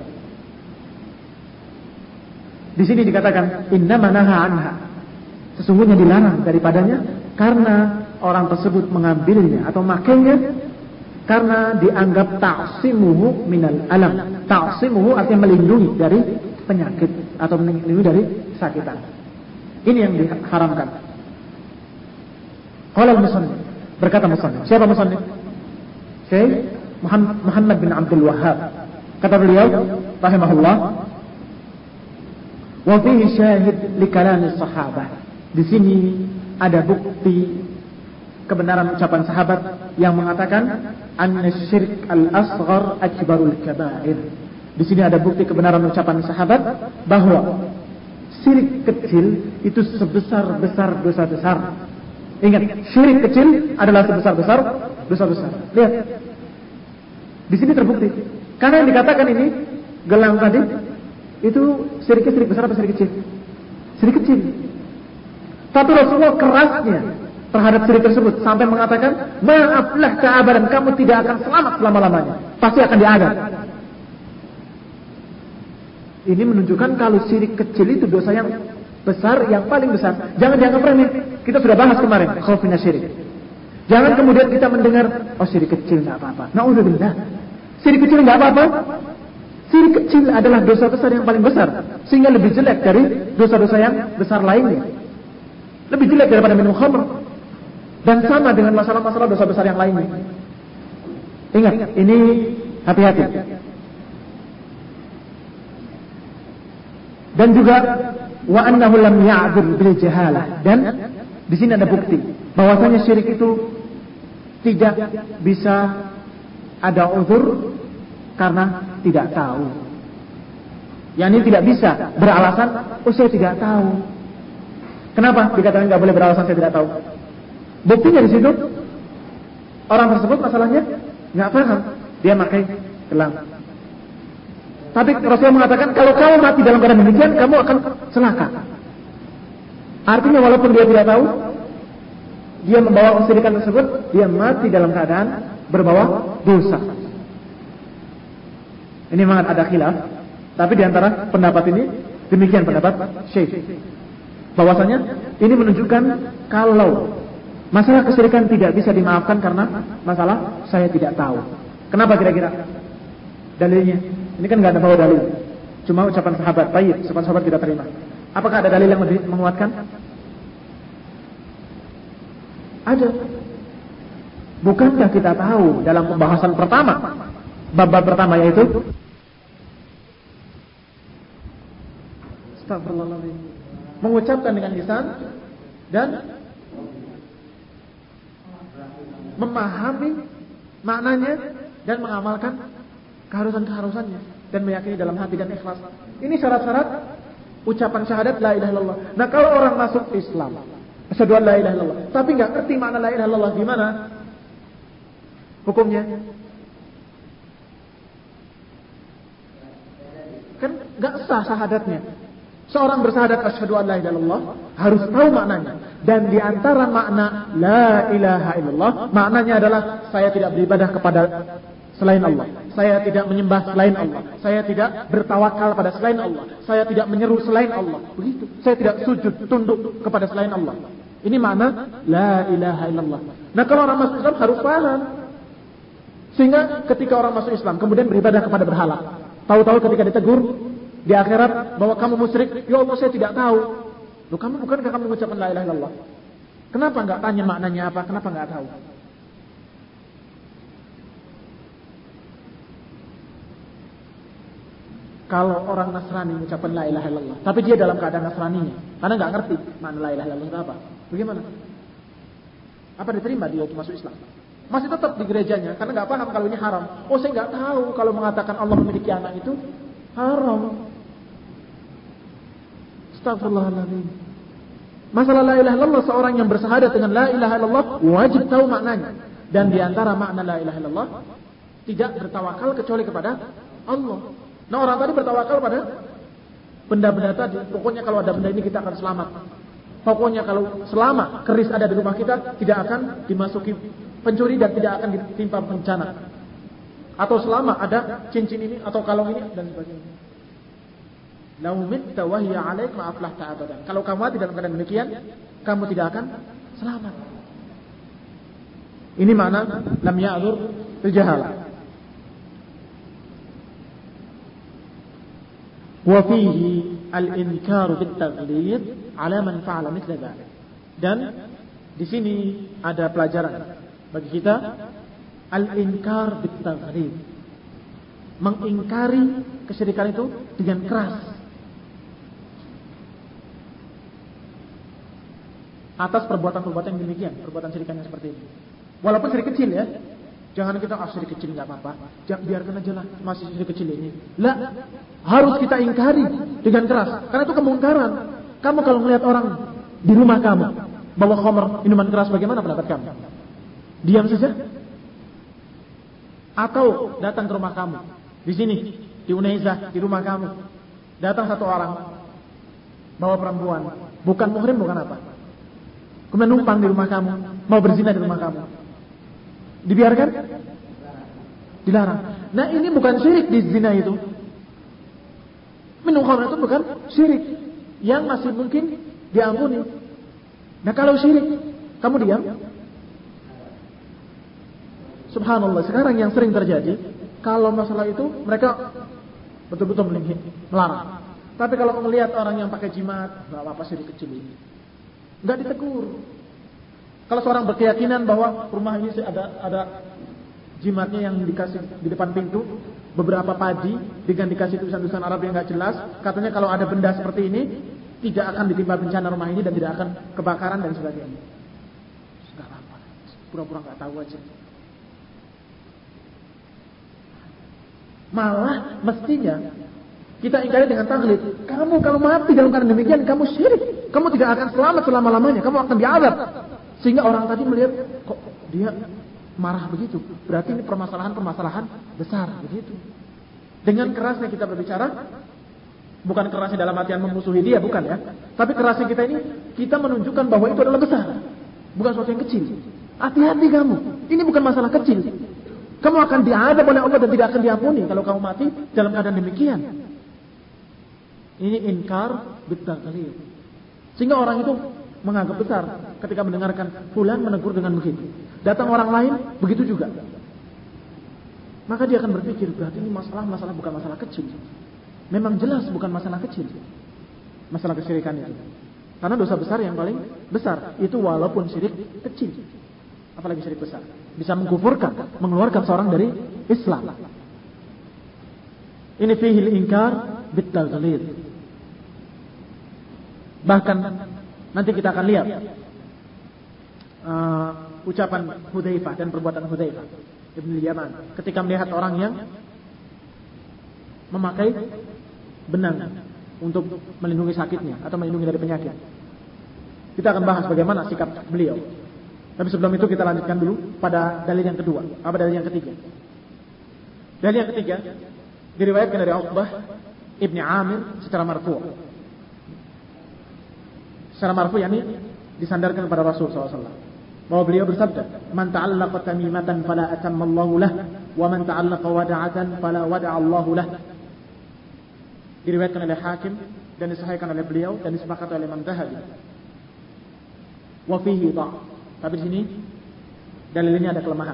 Di sini dikatakan innama naha anha. Sesungguhnya dilarang daripadanya karena orang tersebut mengambilnya atau makainya karena dianggap ta'simuhu minal alam. Ta'simuhu artinya melindungi dari penyakit atau melindungi dari sakitan. Ini yang diharamkan. Qala al-musannif, berkata musannif. Siapa musannif? Syekh Muhammad bin Abdul Wahhab. Kata beliau rahimahullah, wa fihi syahid li kalami sahabah. Di sini ada bukti kebenaran ucapan sahabat yang mengatakan anna syirk al-asghar akbarul kabair. Di sini ada bukti kebenaran ucapan sahabat bahwa syirik kecil itu sebesar-besar dosa besar. Ingat, syirik kecil adalah sebesar-besar dosa besar. Lihat. Di sini terbukti. Karena yang dikatakan ini gelang tadi itu syiriknya syirik besar atau syirik kecil? Syirik kecil. Tapi Rasulullah kerasnya terhadap syirik tersebut sampai mengatakan, maaflah keabadan, kamu tidak akan selamat selama-lamanya, pasti akan diazab. Ini menunjukkan kalau syirik kecil itu dosa yang besar, yang paling besar. Jangan dianggap remeh. Kita sudah bahas kemarin khauf minas syirik. Jangan kemudian kita mendengar, oh syirik kecil enggak apa-apa. Na'udzubillah. Syirik kecil enggak apa-apa. Syirik kecil adalah dosa besar yang paling besar, sehingga lebih jelek dari dosa-dosa yang besar lainnya. Lebih jelek daripada minum khamr. Dan sama dengan masalah-masalah dosa besar yang lainnya. Ingat, ini hati-hati. Dan juga wa annahu lam ya'dzur bil jahalah. Dan di sini ada bukti bahwasanya syirik itu tidak bisa ada uzur karena tidak tahu. Yani tidak bisa beralasan, oh saya tidak tahu. Kenapa dikatakan tidak boleh beralasan saya tidak tahu? Buktinya di situ orang tersebut masalahnya nggak paham. Dia pakai gelang. Tapi Rasulullah mengatakan kalau kamu mati dalam keadaan demikian, kamu akan celaka. Artinya walaupun dia tidak tahu, dia membawa kesirikan tersebut, dia mati dalam keadaan berbawa dosa. Ini memang ada khilaf, tapi di antara pendapat ini demikian pendapat Syekh. Bahwasanya ini menunjukkan kalau masalah kesyirikan tidak bisa dimaafkan karena masalah saya tidak tahu. Kenapa kira-kira? Dalilnya? Ini kan nggak ada bawa dalil. Cuma ucapan sahabat, baik, ucapan sahabat kita terima. Apakah ada dalil yang lebih menguatkan? Ada. Bukankah kita tahu dalam pembahasan pertama, bab pertama yaitu Astagfirullahaladzim, mengucapkan dengan lisan dan memahami maknanya dan mengamalkan keharusan-keharusannya dan meyakini dalam hati dan ikhlas. Ini syarat-syarat ucapan syahadat la ilaha illallah. Nah, kalau orang masuk Islam, asyhadu an la ilaha illallah, tapi enggak ngerti makna la ilaha illallah, gimana hukumnya? Kan enggak sah syahadatnya. Seorang bersyahadat asyhadu an la ilaha illallah harus tahu maknanya. Dan di antara makna la ilaha illallah, maknanya adalah saya tidak beribadah kepada selain Allah. Saya tidak menyembah selain Allah. Saya tidak bertawakal pada selain Allah. Saya tidak menyeru selain Allah. Begitu. Saya tidak sujud tunduk kepada selain Allah. Ini makna la ilaha illallah. Nah, kalau orang masuk Islam harus paham. Sehingga ketika orang masuk Islam kemudian beribadah kepada berhala, tahu-tahu ketika ditegur di akhirat bahwa kamu musyrik, ya Allah saya tidak tahu. Loh, kamu bukankah kamu mengucapkan la ilaha illallah? Kenapa enggak tanya maknanya apa? Kenapa enggak tahu? Kalau orang Nasrani mengucapkan la ilaha illallah, tapi dia dalam keadaan Nasraninya, karena enggak ngerti makna la ilaha illallah itu apa, bagaimana? Apa diterima dia untuk masuk Islam? Masih tetap di gerejanya, karena enggak paham kalau ini haram. Oh, saya enggak tahu kalau mengatakan Allah memiliki anak itu haram. Astagfirullahaladzim. Masalah la ilaha illallah, seorang yang bersyahadat dengan la ilaha illallah wajib tahu maknanya. Dan di antara makna la ilaha illallah, tidak bertawakal kecuali kepada Allah. Nah, orang tadi bertawakal pada benda-benda tadi. Pokoknya kalau ada benda ini kita akan selamat. Pokoknya kalau selama keris ada di rumah kita, tidak akan dimasuki pencuri dan tidak akan ditimpa bencana. Atau selama ada cincin ini atau kalung ini dan sebagainya. Lau mitta wa hiya 'alaik ma aflahta abadan. Kalau kamu mati dalam keadaan demikian, kamu tidak akan selamat. Ini makna lam ya'dzur bil jahalah. Wa fihi al-inkaru bit taghlid 'ala man fa'ala mithla dzalik. Dan di sini ada pelajaran bagi kita, al-inkar bit taghlid. Mengingkari kesyirikan itu dengan keras. Atas perbuatan-perbuatan yang demikian, perbuatan syirikan yang seperti ini. Walaupun syirik kecil ya. Jangan kita ah syirik kecil enggak apa-apa. Jangan biarkan aja lah masih syirik kecil ini. Lah, harus kita ingkari dengan keras. Karena itu kemungkaran. Kamu kalau melihat orang di rumah kamu bawa khamr, minuman keras, bagaimana pendapat kamu? Diam saja? Atau datang ke rumah kamu di sini, di Unaiza, di rumah kamu. Datang satu orang bawa perempuan, bukan muhrim, bukan apa. Kemudian numpang di rumah kamu, mau berzina di rumah kamu. Dibiarkan? Dilarang. Nah, ini bukan syirik di zina itu. Minum khamr itu bukan syirik yang masih mungkin diampuni. Nah, kalau syirik, kamu diam? Subhanallah, sekarang yang sering terjadi, kalau masalah itu mereka betul-betul melarang. Tapi kalau melihat orang yang pakai jimat, enggak apa-apa syirik kecil ini, enggak ditegur. Kalau seorang berkeyakinan bahwa rumah ini ada ada jimatnya yang dikasih di depan pintu, beberapa padi dengan dikasih tulisan-tulisan Arab yang enggak jelas, katanya kalau ada benda seperti ini tidak akan ditimpa bencana rumah ini dan tidak akan kebakaran dan sebagainya. Enggak apa-apa, pura-pura enggak tahu aja. Malah mestinya kita ingkari dengan taklid. Kamu kalau mati dalam keadaan demikian, kamu syirik. Kamu tidak akan selamat selama-lamanya. Kamu akan diazab. Sehingga orang tadi melihat, kok dia marah begitu. Berarti ini permasalahan-permasalahan besar begitu. Dengan kerasnya kita berbicara, bukan kerasnya dalam artian memusuhi dia, bukan ya. Tapi kerasnya kita ini, kita menunjukkan bahwa itu adalah besar, bukan sesuatu yang kecil. Hati-hati kamu, ini bukan masalah kecil. Kamu akan diadab oleh Allah dan tidak akan diampuni kalau kamu mati dalam keadaan demikian. Ini inkar bittaqlid. Sehingga orang itu menganggap besar ketika mendengarkan fulan menegur dengan begitu. Datang orang lain begitu juga. Maka dia akan berpikir, berarti ini masalah-masalah bukan masalah kecil. Memang jelas bukan masalah kecil. Masalah kesyirikan itu. Karena dosa besar yang paling besar itu walaupun syirik kecil. Apalagi syirik besar. Bisa mengkufurkan, mengeluarkan seorang dari Islam. Ini fihil inkar bittaqlid. Bahkan nanti kita akan lihat uh, ucapan Hudzaifah dan perbuatan Hudzaifah Ibn Yaman ketika melihat orang yang memakai benang untuk melindungi sakitnya atau melindungi dari penyakit. Kita akan bahas bagaimana sikap beliau. Tapi sebelum itu kita lanjutkan dulu pada dalil yang kedua. Apa dalil yang ketiga? Dalil yang ketiga diriwayatkan dari Uqbah Ibn Amir secara marfu'. Secara marfu' yakni disandarkan kepada Rasul sallallahu alaihi wasallam. Bahwa beliau bersabda, "Man ta'allaqa tamimatan fala atammallahu lah, wa man ta'allaqa wada'atan fala wada'allahu lah." Diriwayatkan oleh Hakim dan disahihkan oleh beliau dan disepakati oleh Imam Zahabi. Wa fihi dha'f. Tapi di sini dalil ini ada kelemahan.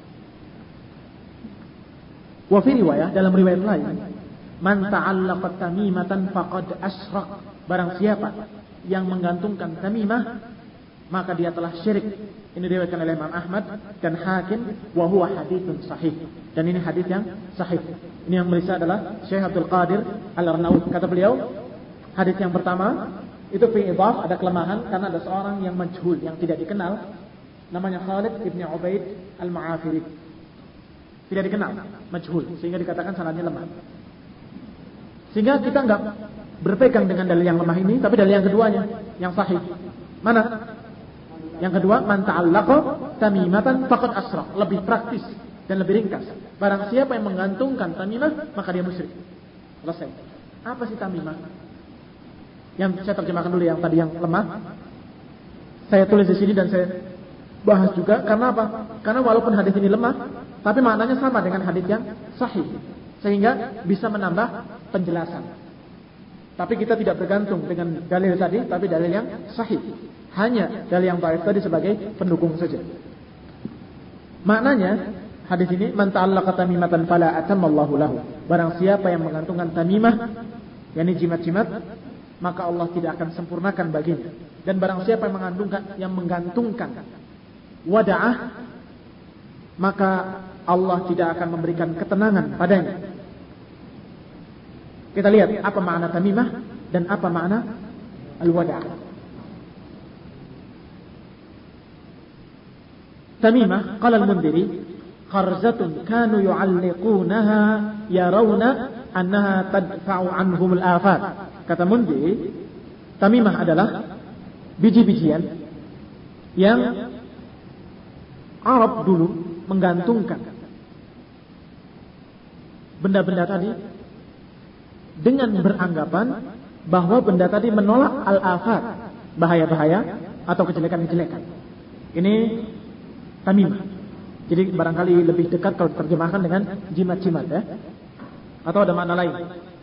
Wa fi riwayah, dalam riwayat lain, "Man ta'allaqa tamimatan faqad asyrak." Barang siapa yang menggantungkan tamimah, maka dia telah syirik. Ini diriwayatkan oleh Imam Ahmad dan Hakim, wa huwa haditsun sahih. Dan ini hadis yang sahih. Ini yang merisa adalah Syekh Abdul Qadir Al-Arnaud. Kata beliau, hadis yang pertama itu fi idhaf, ada kelemahan karena ada seorang yang majhul, yang tidak dikenal, namanya Khalid ibn Ubaid Al-Ma'afiri. Tidak dikenal, majhul, sehingga dikatakan sanadnya lemah. Sehingga kita enggak berpegang dengan dalil yang lemah ini, tapi dalil yang keduanya yang sahih. Mana? Yang kedua, man ta'allaqa tamimatan faqad asyrak. Lebih praktis dan lebih ringkas. Barang siapa yang menggantungkan tamimah, maka dia musyrik. Selesai. Apa sih tamimah? Yang saya terjemahkan dulu yang tadi yang lemah. Saya tulis di sini dan saya bahas juga. Karena apa? Karena walaupun hadis ini lemah, tapi maknanya sama dengan hadis yang sahih, sehingga bisa menambah penjelasan. Tapi kita tidak bergantung dengan dalil tadi, tapi dalil yang sahih. Hanya dalil yang dhaif tadi sebagai pendukung saja. Maknanya hadis ini, man ta'allaqa tamimatan fala atammallahu lahu. Barang siapa yang menggantungkan tamimah, yakni jimat-jimat, maka Allah tidak akan sempurnakan baginya. Dan barang siapa yang menggantungkan yang menggantungkan wada'ah, maka Allah tidak akan memberikan ketenangan padanya. Kita lihat apa makna tamimah dan apa makna al-wada'. Tamimah, qala al-Mundhiri, kharzatun kanu yu'alliqunaha yarawna annaha tadfa'u anhum al-afat. Kata Mundhiri, tamimah adalah biji-bijian yang Arab dulu menggantungkan benda-benda tadi dengan beranggapan bahwa benda tadi menolak al-afat, bahaya-bahaya atau kejelekan-kejelekan. Ini tamimah. Jadi barangkali lebih dekat kalau diterjemahkan dengan jimat-jimat ya. Atau ada makna lain.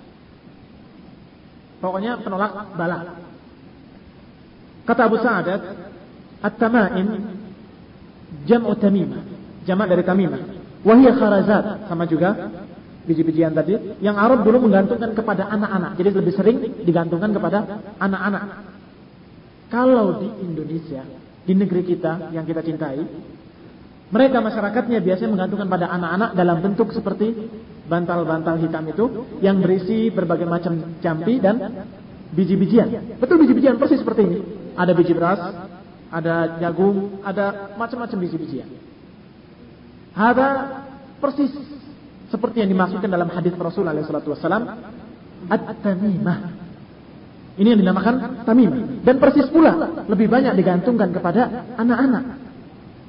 Pokoknya penolak bala. Kata Abu Sa'adat, at-tamaim jam'u tamimah. Jamak dari tamimah. Wa hiya kharazat, sama juga biji-bijian tadi yang Arab dulu menggantungkan kepada anak-anak. Jadi lebih sering digantungkan kepada anak-anak. Kalau di Indonesia, di negeri kita yang kita cintai, mereka masyarakatnya biasanya menggantungkan pada anak-anak dalam bentuk seperti bantal-bantal hitam itu yang berisi berbagai macam jampi dan biji-bijian. Betul, biji-bijian persis seperti ini. Ada biji beras, ada jagung, ada macam-macam biji-bijian. Ada persis seperti yang dimaksudkan dalam hadis Rasul alaihi salatu wasallam, at-tamimah. Ini yang dinamakan tamimah. Dan persis pula lebih banyak digantungkan kepada anak-anak.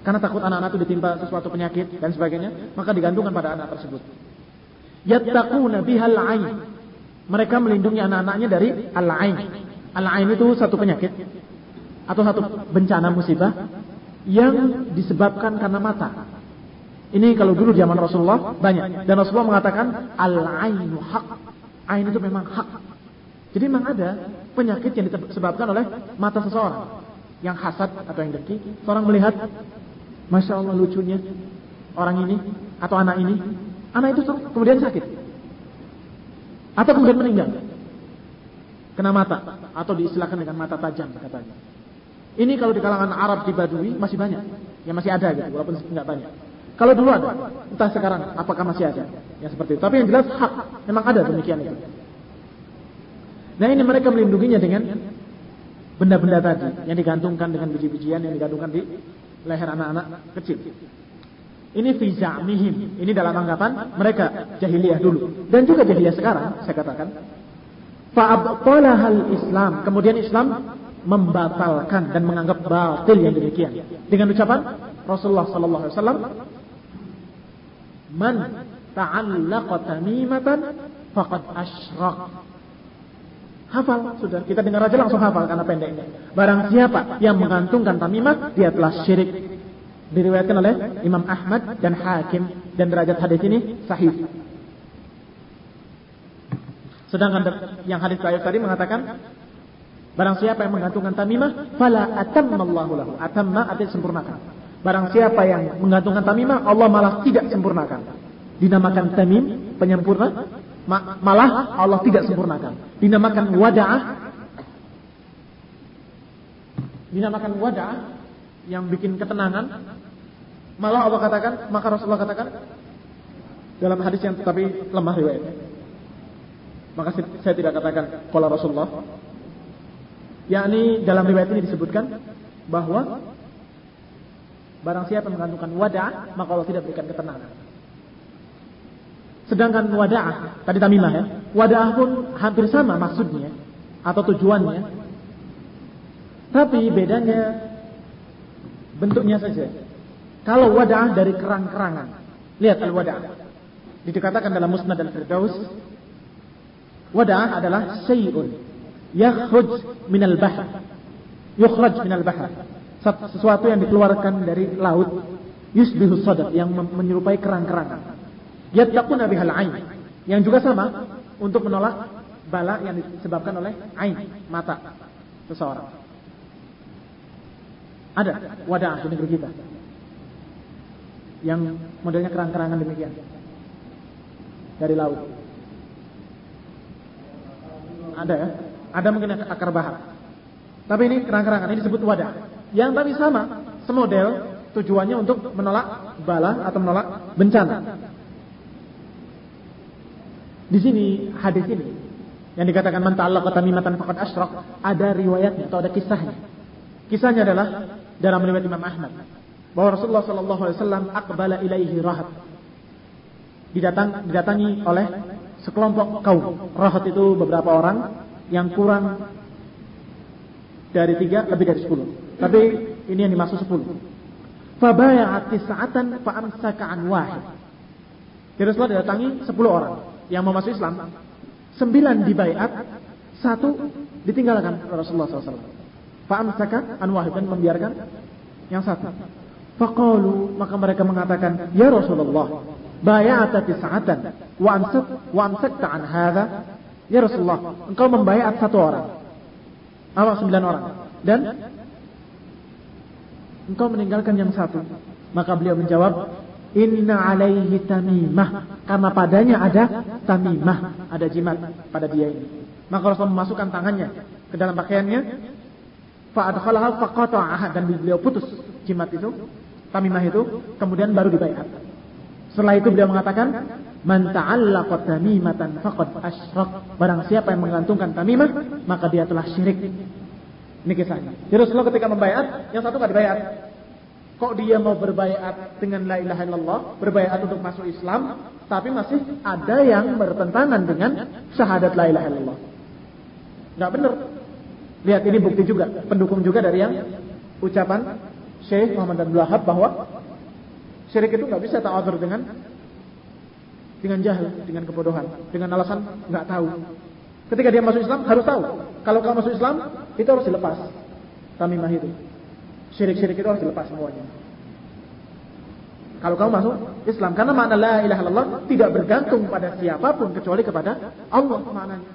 karena takut anak-anak itu ditimpa sesuatu penyakit dan sebagainya, maka digantungkan pada anak tersebut. Yattaquna bihal ain. Mereka melindungi anak-anaknya dari al-ain. Al-ain itu satu penyakit atau satu bencana musibah yang disebabkan karena mata. Ini kalau dulu zaman Rasulullah banyak, dan Rasulullah mengatakan al-ainu haq. Ain itu memang hak. Jadi memang ada penyakit yang disebabkan oleh mata seseorang, yang hasad atau yang dengki. Seorang melihat, masya Allah lucunya orang ini atau anak ini, anak itu kemudian sakit atau kemudian meninggal kena mata, atau diistilahkan dengan mata tajam katanya. Ini kalau di kalangan Arab di Badui masih banyak, ya masih ada gitu, walaupun nggak banyak. Kalau dulu ada, entah sekarang apakah masih ada yang seperti itu. Tapi yang jelas hak, memang ada demikian itu. Nah ini mereka melindunginya dengan benda-benda tadi yang digantungkan dengan biji-bijian yang digantungkan di leher anak-anak kecil. Ini fi za'mihim, ini dalam anggapan mereka jahiliyah dulu dan juga jahiliyah sekarang, saya katakan. Fa'abtalahal Islam, kemudian Islam membatalkan dan menganggap batil yang demikian dengan ucapan Rasulullah sallallahu alaihi wasallam, "Man ta'allaqa tamimatan faqad asyrak." Hafal, sudah kita dengar aja langsung hafal karena pendeknya. Barang siapa yang menggantungkan tamimah, dia telah syirik. Diriwayatkan oleh Imam Ahmad dan Hakim, dan derajat hadis ini sahih. Sedangkan yang hadis dhaif tadi mengatakan, barang siapa yang menggantungkan tamimah, fala atammallahu lahu. Atamma artinya sempurnakan. Barang siapa yang menggantungkan tamimah, Allah malah tidak sempurnakan. Dinamakan tamim, penyempurna, malah Allah tidak sempurnakan. Dinamakan wada'ah, dinamakan wada'ah yang bikin ketenangan, malah Allah katakan, maka Rasulullah katakan dalam hadis yang tetapi lemah riwayatnya. Maka saya tidak katakan qala Rasulullah. Yakni dalam riwayat ini disebutkan bahwa barang siapa menggantungkan wada'ah, maka Allah tidak berikan ketenangan. Sedangkan wada'ah, tadi tamimah ya, wada'ah pun hampir sama maksudnya atau tujuannya, tapi bedanya bentuknya saja. Kalau wada'ah dari kerang-kerangan, lihat al-wada'ah, dikatakan dalam Musnad al-Firdaus, wada'ah adalah syai'un yakhruj minal bahr, yukhraj minal bahr, sesuatu yang dikeluarkan dari laut, yusbihu sadaq, yang menyerupai kerang-kerangan. Yattaquna bihal ain, yang juga sama untuk menolak bala yang disebabkan oleh ain, mata seseorang. Ada wadah di negeri kita yang modelnya kerang-kerangan demikian dari laut. Ada ya, ada mungkin akar bahar. Tapi ini kerang-kerangan, ini disebut wadah. Yang tapi sama, semodel, tujuannya untuk menolak bala atau menolak bencana. Di sini hadis ini yang dikatakan man ta'allaqa tamimatan faqad asyrak, ada riwayatnya atau ada kisahnya. Kisahnya adalah dalam riwayat Imam Ahmad bahwa Rasulullah sallallahu alaihi wasallam aqbala ilaihi rahat. Didatang didatangi oleh sekelompok kaum. Rahat itu beberapa orang yang kurang dari tiga, lebih dari sepuluh. Tapi ini yang dimaksud sepuluh. Fabaya'at tis'atan fa amsaka an wahid. Jadi Rasulullah didatangi sepuluh orang yang mau masuk Islam, sembilan dibaiat, satu ditinggalkan Rasulullah sallallahu alaihi wasallam. Fa'amsaka an wahid, dan membiarkan yang satu. Faqalu, maka mereka mengatakan, ya Rasulullah, bay'ata tis'atan wa amsak wa amsakta an hadha. Ya Rasulullah, engkau membaiat satu orang, awak sembilan orang, dan engkau meninggalkan yang satu. Maka beliau menjawab, inna alaihi tamimah, karena padanya ada tamimah, ada jimat pada dia ini. Maka Rasulullah memasukkan tangannya ke dalam pakaiannya, fa'adkhalaha faqata'aha, dan beliau putus jimat itu, tamimah itu, kemudian baru dibaiat. Setelah itu beliau mengatakan, man ta'allaqa tamimatan faqad asyrak, barang siapa yang menggantungkan tamimah, maka dia telah syirik. Ini kisahnya. Jadi Rasulullah ketika membaiat, yang satu enggak dibaiat. Kok dia mau berbaiat dengan la ilaha illallah, berbaiat untuk masuk Islam, tapi masih ada yang bertentangan dengan syahadat la ilaha illallah. Enggak benar. Lihat, ini bukti juga, pendukung juga dari yang ucapan Syekh Muhammad Abdul Wahhab bahwa syirik itu nggak bisa ta'adzur dengan dengan jahil, dengan kebodohan, dengan alasan nggak tahu. Ketika dia masuk Islam harus tahu. Kalau kamu masuk Islam itu harus dilepas tamimah itu. Syirik-syirik itu harus dilepas semuanya. Kalau kamu masuk Islam, karena makna la ilaha illallah tidak bergantung pada siapapun kecuali kepada Allah maknanya.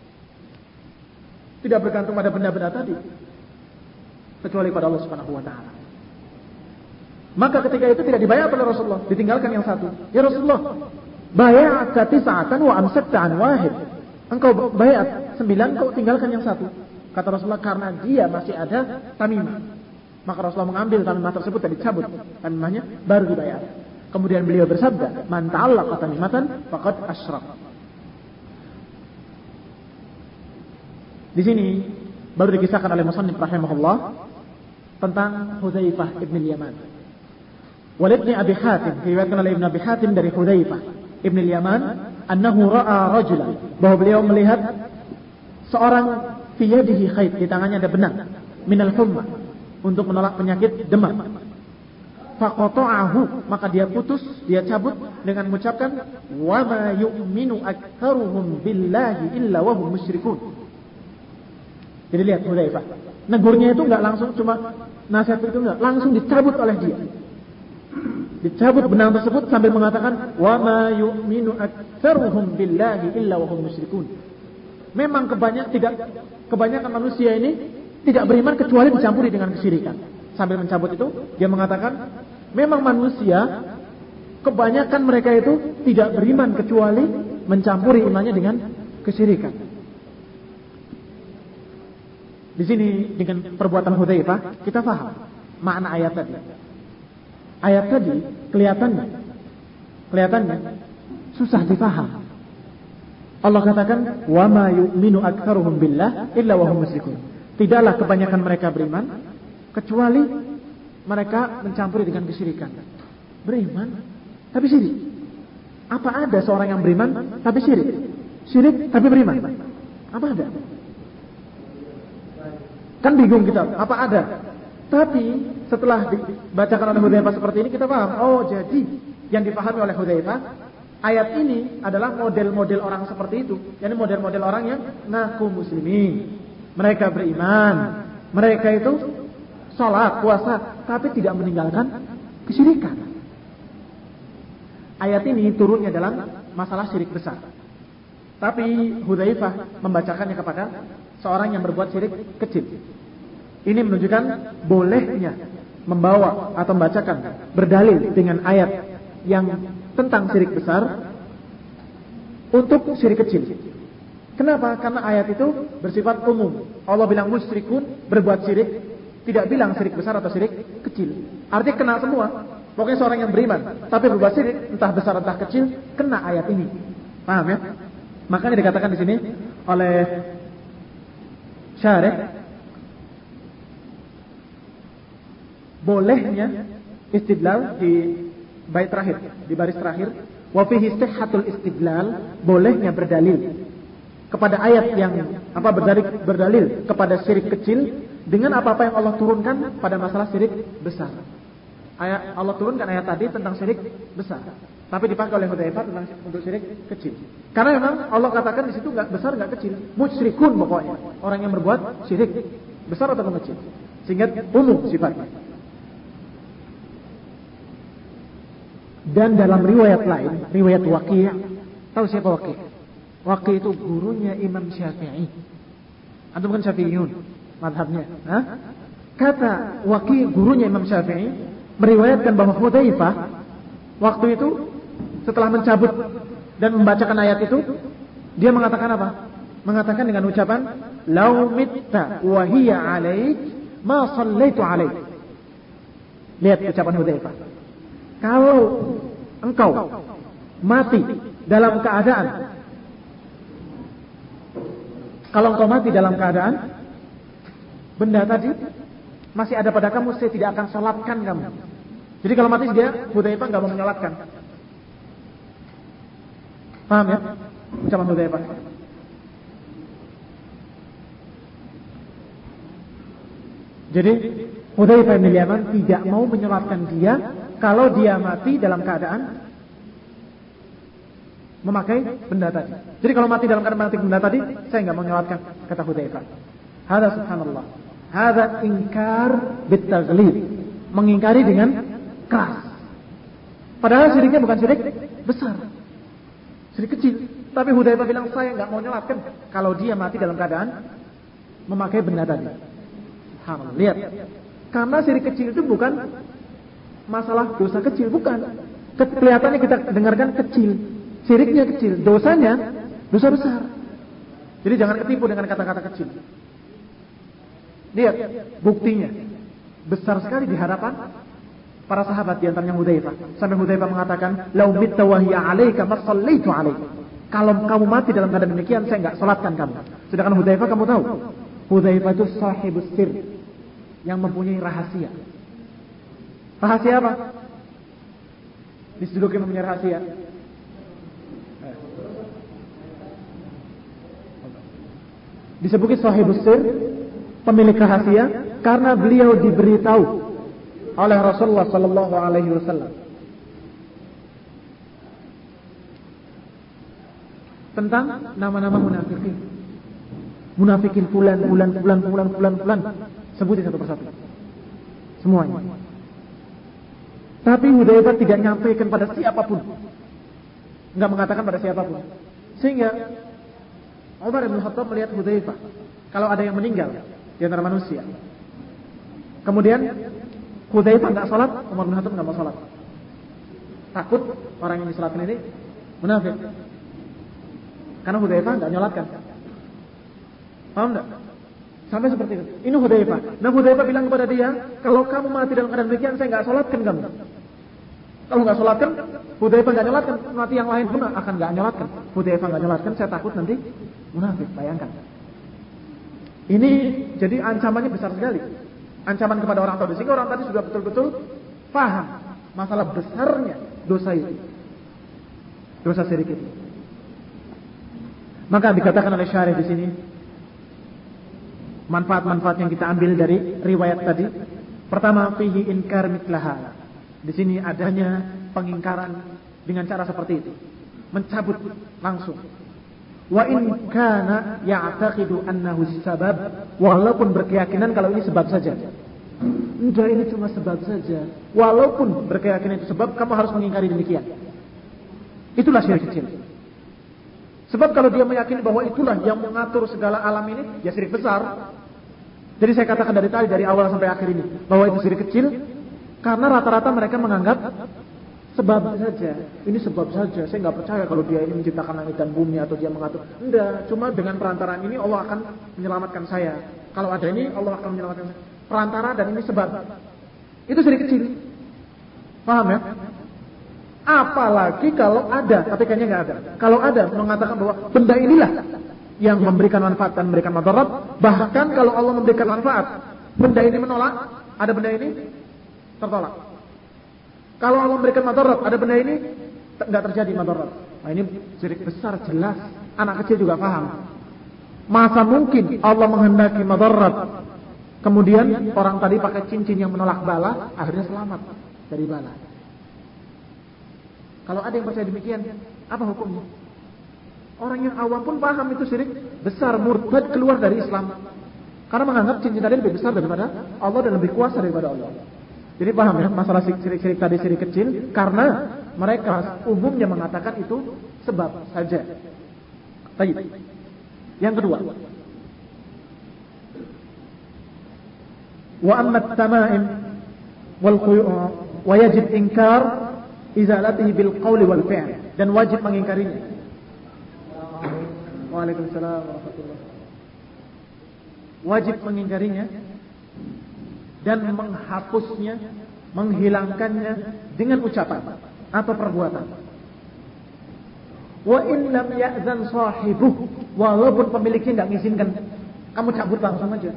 Tidak bergantung pada benda-benda tadi kecuali pada Allah Subhanahu wa taala. Maka ketika itu tidak dibayar oleh Rasulullah, ditinggalkan yang satu. Ya Rasulullah, bay'ata tis'atan wa amsakta an wahid. Engkau bayat sembilan, kau tinggalkan yang satu. Kata Rasulullah, karena dia masih ada tamimah. Maka Rasulullah mengambil tamimah tersebut dan dicabut tamimahnya, baru dibayar. Kemudian beliau bersabda, man ta'allaqa tamimatan faqad asyrak. Di sini baru dikisahkan oleh musannif rahimahullah tentang Hudzaifah ibn al-Yaman. Walid bin Abi Hatim, diriwayatkan oleh Ibn Abi Hatim dari Hudzaifah ibn al-Yaman, annahu ra'a rajulan, bahwa beliau melihat seorang fi yadihi khayt, di tangannya ada benang, minal humma, untuk menolak penyakit demam. Faqata'ahu, maka dia putus, dia cabut dengan mengucapkan wa ma yu'minu aktsaruhum billahi illa wa hum musyrikun. Jadi lihat Hudzaifah, negurnya itu enggak langsung cuma nasihat itu, enggak, langsung dicabut oleh dia. Dicabut benang tersebut sambil mengatakan wa ma yu'minu aktsaruhum billahi illa wa hum musyrikun. Memang kebanyakan tidak kebanyakan manusia ini tidak beriman kecuali dicampuri dengan kesyirikan. Sambil mencabut itu dia mengatakan memang manusia kebanyakan mereka itu tidak beriman kecuali mencampuri imannya dengan kesyirikan. Di sini dengan perbuatan Hudzaifah kita paham makna ayat tadi. Ayat tadi kelihatannya kelihatannya susah dipaham. Allah katakan wa ma yu'minu aktsaruhum billah illa wa hum musyrikun. Tidaklah kebanyakan mereka beriman kecuali mereka mencampuri dengan kesyirikan. Beriman tapi syirik. Apa ada seorang yang beriman tapi syirik? Syirik tapi beriman? Apa ada? Kan bingung kita, apa ada? Tapi setelah dibacakan oleh Hudzaifah seperti ini kita paham. Oh, jadi yang dipahami oleh Hudzaifah, ayat ini adalah model-model orang seperti itu. Yani model-model orang yang ngaku muslimin. Mereka beriman, mereka itu sholat, puasa, tapi tidak meninggalkan kesyirikan. Ayat ini turunnya dalam masalah syirik besar. Tapi Hudzaifah membacakannya kepada seorang yang berbuat syirik kecil. Ini menunjukkan bolehnya membawa atau membacakan berdalil dengan ayat yang tentang syirik besar untuk syirik kecil. Kenapa? Karena ayat itu bersifat umum. Allah bilang musyrikun, berbuat syirik, tidak bilang syirik besar atau syirik kecil. Artinya kena semua. Pokoknya seorang yang beriman tapi berbuat syirik, entah besar entah kecil, kena ayat ini. Paham ya? Makanya dikatakan di sini oleh syarih bolehnya istidlal di bait terakhir, di baris terakhir, wa fihi sihhatul istidlal, bolehnya berdalil kepada ayat yang apa berdalil berdalil kepada syirik kecil dengan apa-apa yang Allah turunkan pada masalah syirik besar. Ayat Allah turunkan ayat tadi tentang syirik besar, tapi dipakai oleh Hudzaifah tentang untuk syirik kecil. Karena memang Allah katakan di situ enggak besar enggak kecil, musyrikun pokoknya, orang yang berbuat syirik besar atau kecil. Sehingga umum sifatnya. Dan dalam riwayat lain, riwayat Waqi', tahu siapa Waqi'? Waqi' itu gurunya Imam Syafi'i. Antum kan Syafi'iyun mazhabnya, ha? Kata Waqi', gurunya Imam Syafi'i, meriwayatkan bahwa Hudzaifah waktu itu setelah mencabut dan membacakan ayat itu, dia mengatakan apa? Mengatakan dengan ucapan lau mitta wa hiya 'alaik ma shallaitu 'alaik. Lihat ucapan Hudzaifah. Kalau engkau mati dalam keadaan Kalau engkau mati dalam keadaan benda tadi masih ada pada kamu, saya tidak akan sholatkan kamu. Jadi kalau mati dia, Hudzaifah nggak mau menyolatkan. Paham ya? Ucapan Hudzaifah. Jadi Hudzaifah bin Yaman tidak mau menyolatkan dia kalau dia mati dalam keadaan memakai benda tadi. Jadi kalau mati dalam keadaan memakai benda tadi, saya enggak mau menyolatkan, kata Hudzaifah. Hada subhanallah. Hada ingkar bitaghlib. Mengingkari dengan keras. Padahal syiriknya bukan syirik besar. Syirik kecil. Tapi Hudzaifah bilang saya enggak mau menyolatkan kalau dia mati dalam keadaan memakai benda tadi. Subhanallah. Lihat. Karena syirik kecil itu bukan masalah dosa kecil, bukan. Kelihatannya kita dengarkan kecil, syiriknya kecil, dosanya dosa besar. Jadi jangan ketipu dengan kata-kata kecil. Lihat buktinya besar sekali di hadapan para sahabat, di antaranya Hudzaifah. Sampai Hudzaifah mengatakan, "Lau mitta wa hiya 'alaika ma shallaitu 'alaika." Kalau kamu mati dalam keadaan demikian, saya enggak salatkan kamu. Sedangkan Hudzaifah, kamu tahu, Hudzaifah itu sahibus sir, yang mempunyai rahasia. Rahasia apa? Disebut mempunyai rahasia. Disebut sahibus sir, pemilik rahasia, karena beliau diberitahu oleh Rasulullah sallallahu alaihi wasallam tentang nama-nama munafikin. Munafikin fulan, fulan, fulan, fulan, fulan, fulan. Sebutin satu persatu. Semuanya. Tapi Hudzaifah tidak nyampaikan pada siapapun. Enggak mengatakan pada siapapun. Sehingga Umar bin Khattab melihat Hudzaifah, kalau ada yang meninggal di antara manusia, kemudian Hudzaifah enggak salat, Umar bin Khattab enggak mau salat. Takut orang yang disalatkan ini munafik. Karena Hudzaifah enggak nyolatkan. Paham enggak? Sampai seperti itu. Ini Hudzaifah. Nah Hudzaifah bilang kepada dia, kalau kamu mati dalam keadaan demikian, saya enggak salatkan kamu. Kalau enggak salatkan, Hudzaifah enggak nyolatkan, mati yang lain pun akan enggak nyolatkan. Hudzaifah enggak nyolatkan, saya takut nanti munafik. Bayangkan. Ini jadi ancamannya besar sekali. Ancaman kepada orang tadi. Sehingga orang tadi sudah betul-betul paham masalah besarnya dosa itu. Dosa syirik itu. Maka dikatakan oleh syarih di sini, manfaat-manfaat yang kita ambil dari riwayat tadi. Pertama, fihi inkar mitlaha. Di sini adanya pengingkaran dengan cara seperti itu. Mencabut langsung. Wa in kana ya'taqidu annahu sabab, walaupun berkeyakinan kalau ini sebab saja. Enggak, ini cuma sebab saja. Walaupun berkeyakinan itu sebab, kamu harus mengingkari demikian. Itulah syirik kecil. Sebab kalau dia meyakini bahwa itulah yang mengatur segala alam ini, ya syirik besar. Jadi saya katakan dari tadi, dari awal sampai akhir ini, bahwa itu syirik kecil, karena rata-rata mereka menganggap sebab saja. Ini sebab saja. Saya nggak percaya kalau dia ini menciptakan langit dan bumi atau dia mengatur. Enggak, cuma dengan perantaraan ini Allah akan menyelamatkan saya. Kalau ada ini, Allah akan menyelamatkan saya. Perantara dan ini sebab. Itu syirik kecil. Paham ya? Apalagi kalau ada, tapi kayaknya nggak ada. Kalau ada mengatakan bahwa benda inilah yang memberikan manfaat dan memberikan madarat, bahkan kalau Allah memberikan manfaat, benda ini menolak, ada benda ini tertolak. Kalau Allah memberikan madarat, ada benda ini nggak terjadi madarat. Nah, ini syirik besar jelas. Anak kecil juga paham. Masa mungkin Allah menghendaki madarat, kemudian orang tadi pakai cincin yang menolak bala, akhirnya selamat dari bala. Kalau ada yang percaya demikian, apa hukumnya? Orang yang awam pun paham itu syirik besar, murtad, keluar dari Islam. Karena menganggap cincin tadi lebih besar daripada Allah dan lebih kuasa daripada Allah. Jadi paham ya masalah syirik-syirik tadi, syirik kecil, karena mereka umumnya mengatakan itu sebab saja. Baik. Yang kedua, wa amma at-tama'im wal wa yajib inkar izalatihi bil qawli wal fi'l, dan wajib mengingkarinya. Waalaikumsalam warahmatullahi. Wajib mengingkarinya dan menghapusnya, menghilangkannya dengan ucapan atau perbuatan. Wa in lam ya'zan sahibuh, walaupun pemiliknya enggak mengizinkan, kamu cabut langsung aja.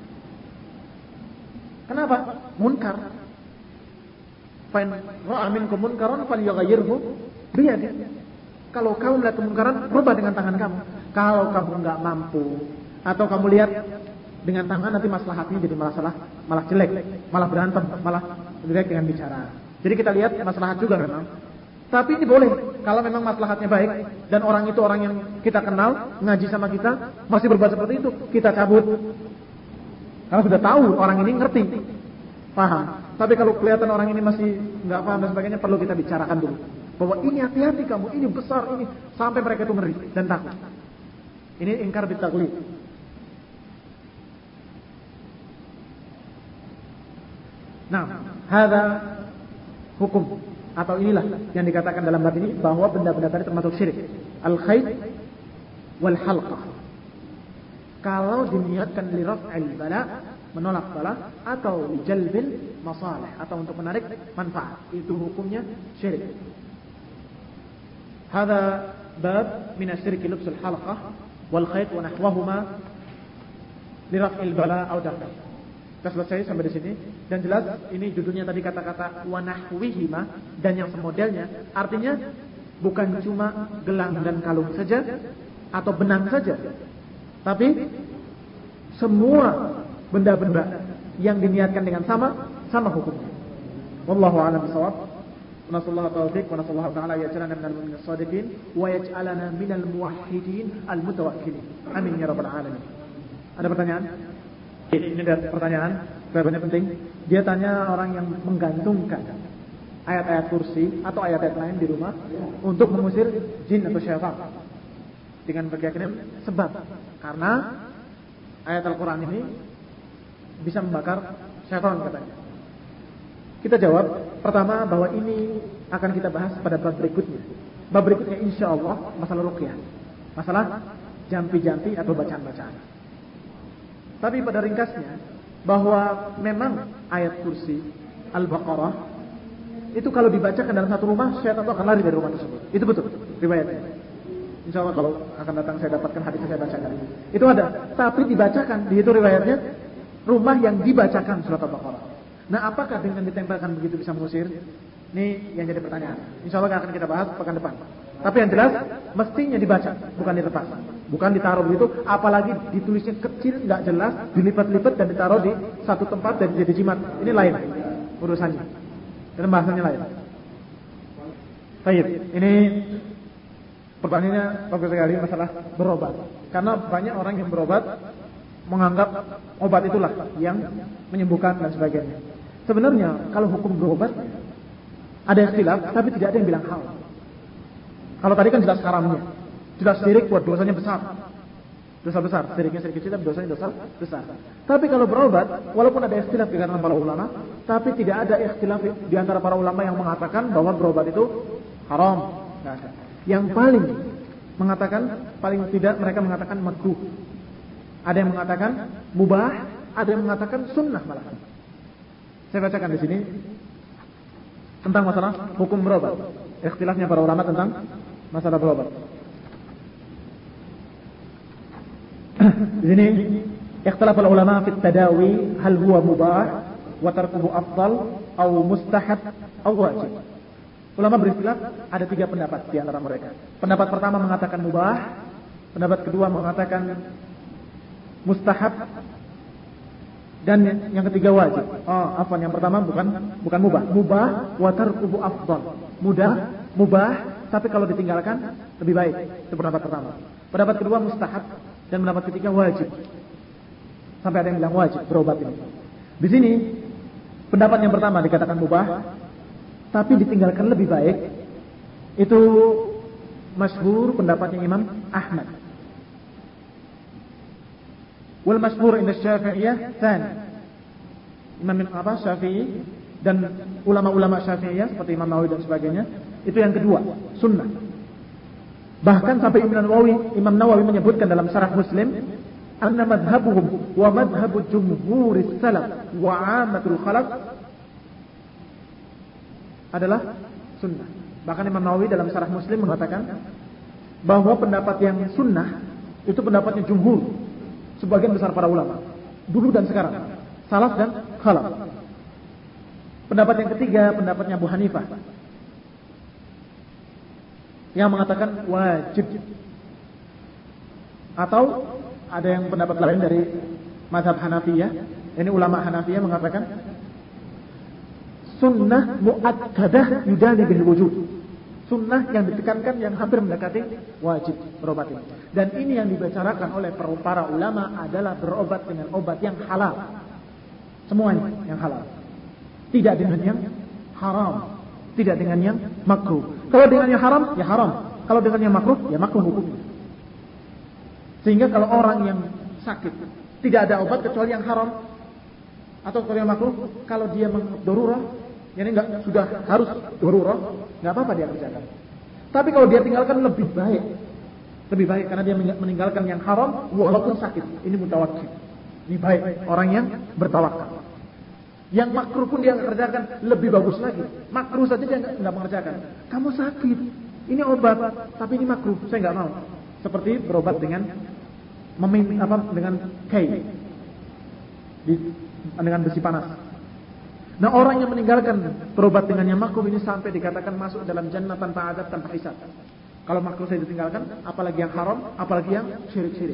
Kenapa? Munkar. Fa in ra'a minkum munkaran falyughayyirhu biyadihi. Kalau kamu melihat kemungkaran, rubah dengan tangan kamu. Kalau kamu enggak mampu, atau kamu lihat dengan tangan nanti maslahatnya jadi malah salah, malah jelek, malah berantem, malah jelek dengan bicara. Jadi kita lihat maslahat juga memang. Tapi ini boleh kalau memang maslahatnya baik dan orang itu orang yang kita kenal, ngaji sama kita, masih berbuat seperti itu, kita cabut. Karena sudah tahu orang ini ngerti, paham. Tapi kalau kelihatan orang ini masih nggak paham dan sebagainya, perlu kita bicarakan dulu. Bahwa ini hati-hati kamu, ini besar, ini sampai mereka itu ngeri dan takut. Ini ingkar bitaglid. Nah, hadza hukum atau inilah yang dikatakan dalam bab ini bahwa benda-benda tadi termasuk syirik. Al-khayt wal halqah. Kalau diniatkan li raf'il bala, menolak bala, atau jalbil masalih, atau untuk menarik manfaat, itu hukumnya syirik. Hadza bab min asy-syirki lubsul halqah wal khayt wa nahwahuma li raf'il bala aw daf'il. Kita selesai sampai di sini dan jelas ini judulnya tadi kata-kata wa nahwihima dan yang semodelnya, artinya bukan cuma gelang dan kalung saja atau benang saja, tapi semua benda-benda yang diniatkan dengan sama sama hukumnya. Wallahu a'lam bishawab. Nasallahu taufiq wa nasallahu ta'ala yaj'alana minal mu'minin as-shadiqin wa yaj'alana minal muwahhidin al-mutawakkilin. Amin ya rabbal alamin. Ada pertanyaan? Ini ada pertanyaan, jawabannya penting. Dia tanya orang yang menggantungkan ayat-ayat kursi atau ayat-ayat lain di rumah untuk mengusir jin atau syaitan dengan berkeyakinan sebab karena ayat Al-Quran ini bisa membakar syaitan katanya. Kita jawab pertama bahwa ini akan kita bahas pada bab berikutnya. Bab berikutnya insya Allah masalah ruqyah, masalah jampi-jampi atau bacaan-bacaan. Tapi pada ringkasnya bahwa memang ayat kursi Al-Baqarah itu kalau dibacakan dalam satu rumah, syaitan itu akan lari dari rumah tersebut. Itu betul riwayatnya. Insya Allah kalau akan datang saya dapatkan hadis saya bacakan. Itu ada. Tapi dibacakan di itu riwayatnya rumah yang dibacakan surat Al-Baqarah. Nah, apakah dengan ditempelkan begitu bisa mengusir? Ini yang jadi pertanyaan. Insya Allah akan kita bahas pekan depan. Tapi yang jelas mestinya dibaca, bukan dilepas, bukan ditaruh begitu. Apalagi ditulisnya kecil, nggak jelas, dilipat-lipat dan ditaruh di satu tempat dan jadi jimat. Ini lain urusannya. Dan bahasanya lain. Baik, ini pertanyaannya bagus sekali masalah berobat. Karena banyak orang yang berobat menganggap obat itulah yang menyembuhkan dan sebagainya. Sebenarnya kalau hukum berobat ada ikhtilaf, tapi tidak ada yang bilang hal. Kalau tadi kan jelas haramnya, jelas syirik buat dosanya besar, dosa besar. Syiriknya syirik kecil, tapi dosanya dosa besar. Tapi kalau berobat, walaupun ada ikhtilaf di kalangan para ulama, tapi tidak ada ikhtilaf di antara para ulama yang mengatakan bahwa berobat itu haram. Nggak ada. Yang paling mengatakan, paling tidak mereka mengatakan makruh. Ada yang mengatakan mubah, ada yang mengatakan sunnah malah. Saya bacakan di sini tentang masalah hukum berobat. Ikhtilafnya para ulama tentang masalah berobat. Di sini ikhtilaf para ulama fi tadawi hal huwa mubah wa tarkuhu afdal atau mustahab atau wajib. Ulama berikhtilaf, ada tiga pendapat di antara mereka. Pendapat pertama mengatakan mubah, pendapat kedua mengatakan mustahab, dan yang ketiga wajib. Oh, apa yang pertama bukan bukan mubah. Mubah wa tarkuhu afdal. Mudah, mubah, tapi kalau ditinggalkan lebih baik. Itu pendapat pertama. Pendapat kedua mustahab dan pendapat ketiga wajib. Sampai ada yang bilang wajib berobat ini. Di sini pendapat yang pertama dikatakan mubah, tapi ditinggalkan lebih baik. Itu masyhur pendapatnya Imam Ahmad. Wal masyhur inda Syafi'iyah tsani. Imam apa Syafi'i dan ulama-ulama Syafi'iyah seperti Imam Nawawi dan sebagainya, itu yang kedua, sunnah. Bahkan sampai Imam Nawawi, Imam Nawawi menyebutkan dalam Syarah Muslim, anna madhhabuhum wa madhhabu jumhuris salaf wa 'ammatul khalaf adalah sunnah. Bahkan Imam Nawawi dalam Syarah Muslim mengatakan bahwa pendapat yang sunnah itu pendapatnya jumhur, sebagian besar para ulama dulu dan sekarang, salaf dan khalaf. Pendapat yang ketiga, pendapatnya Abu Hanifah yang mengatakan wajib. Atau ada yang pendapat lain dari mazhab Hanafiyah, ini ulama Hanafiyah mengatakan sunnah muakkadah yudani bil wujud. Sunnah yang ditekankan yang hampir mendekati wajib berobat ini. Dan ini yang dibicarakan oleh para ulama adalah berobat dengan obat yang halal. Semuanya yang halal. Tidak dengan yang haram. Tidak dengan yang makruh. Kalau dengan yang haram, ya haram. Kalau dengan yang makruh, ya makruh hukumnya. Sehingga kalau orang yang sakit tidak ada obat kecuali yang haram atau kecuali yang makruh, kalau dia mendorurah, yani enggak sudah harus dorurah, enggak apa-apa dia kerjakan. Tapi kalau dia tinggalkan lebih baik. Lebih baik karena dia meninggalkan yang haram walaupun sakit. Ini mutawakkil. Ini baik orang yang bertawakal. Yang makruh pun dia enggak kerjakan, lebih bagus lagi. Makruh saja dia enggak, enggak mengerjakan. Kamu sakit, ini obat, tapi ini makruh, saya enggak mau. Seperti berobat dengan memin apa dengan kai di, dengan besi panas. Nah, orang yang meninggalkan berobat dengan yang makruh ini sampai dikatakan masuk dalam jannah tanpa adab, tanpa hisab. Kalau makruh saya ditinggalkan, apalagi yang haram, apalagi yang syirik-syirik.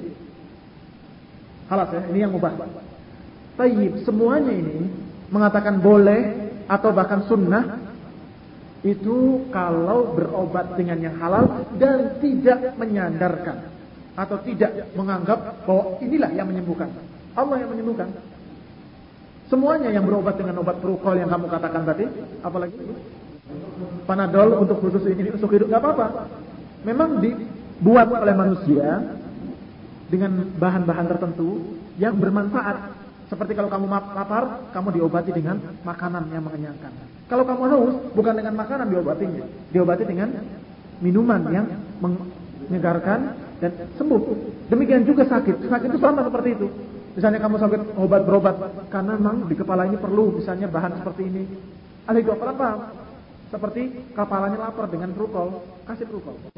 Halas ya, ini yang mubah. Tayyib, semuanya ini mengatakan boleh atau bahkan sunnah itu kalau berobat dengan yang halal dan tidak menyandarkan atau tidak menganggap bahwa inilah yang menyembuhkan. Allah yang menyembuhkan. Semuanya yang berobat dengan obat prukol yang kamu katakan tadi, apalagi Panadol untuk khusus ini untuk hidup, nggak apa-apa. Memang dibuat oleh manusia dengan bahan-bahan tertentu yang bermanfaat. Seperti kalau kamu lapar, kamu diobati dengan makanan yang mengenyangkan. Kalau kamu haus, bukan dengan makanan diobatinya, diobati dengan minuman yang menyegarkan dan sembuh. Demikian juga sakit, sakit itu sama seperti itu. Misalnya kamu sakit obat berobat karena memang di kepala ini perlu misalnya bahan seperti ini. Ahli dokter apa? Seperti kepalanya lapar dengan prukol, kasih prukol.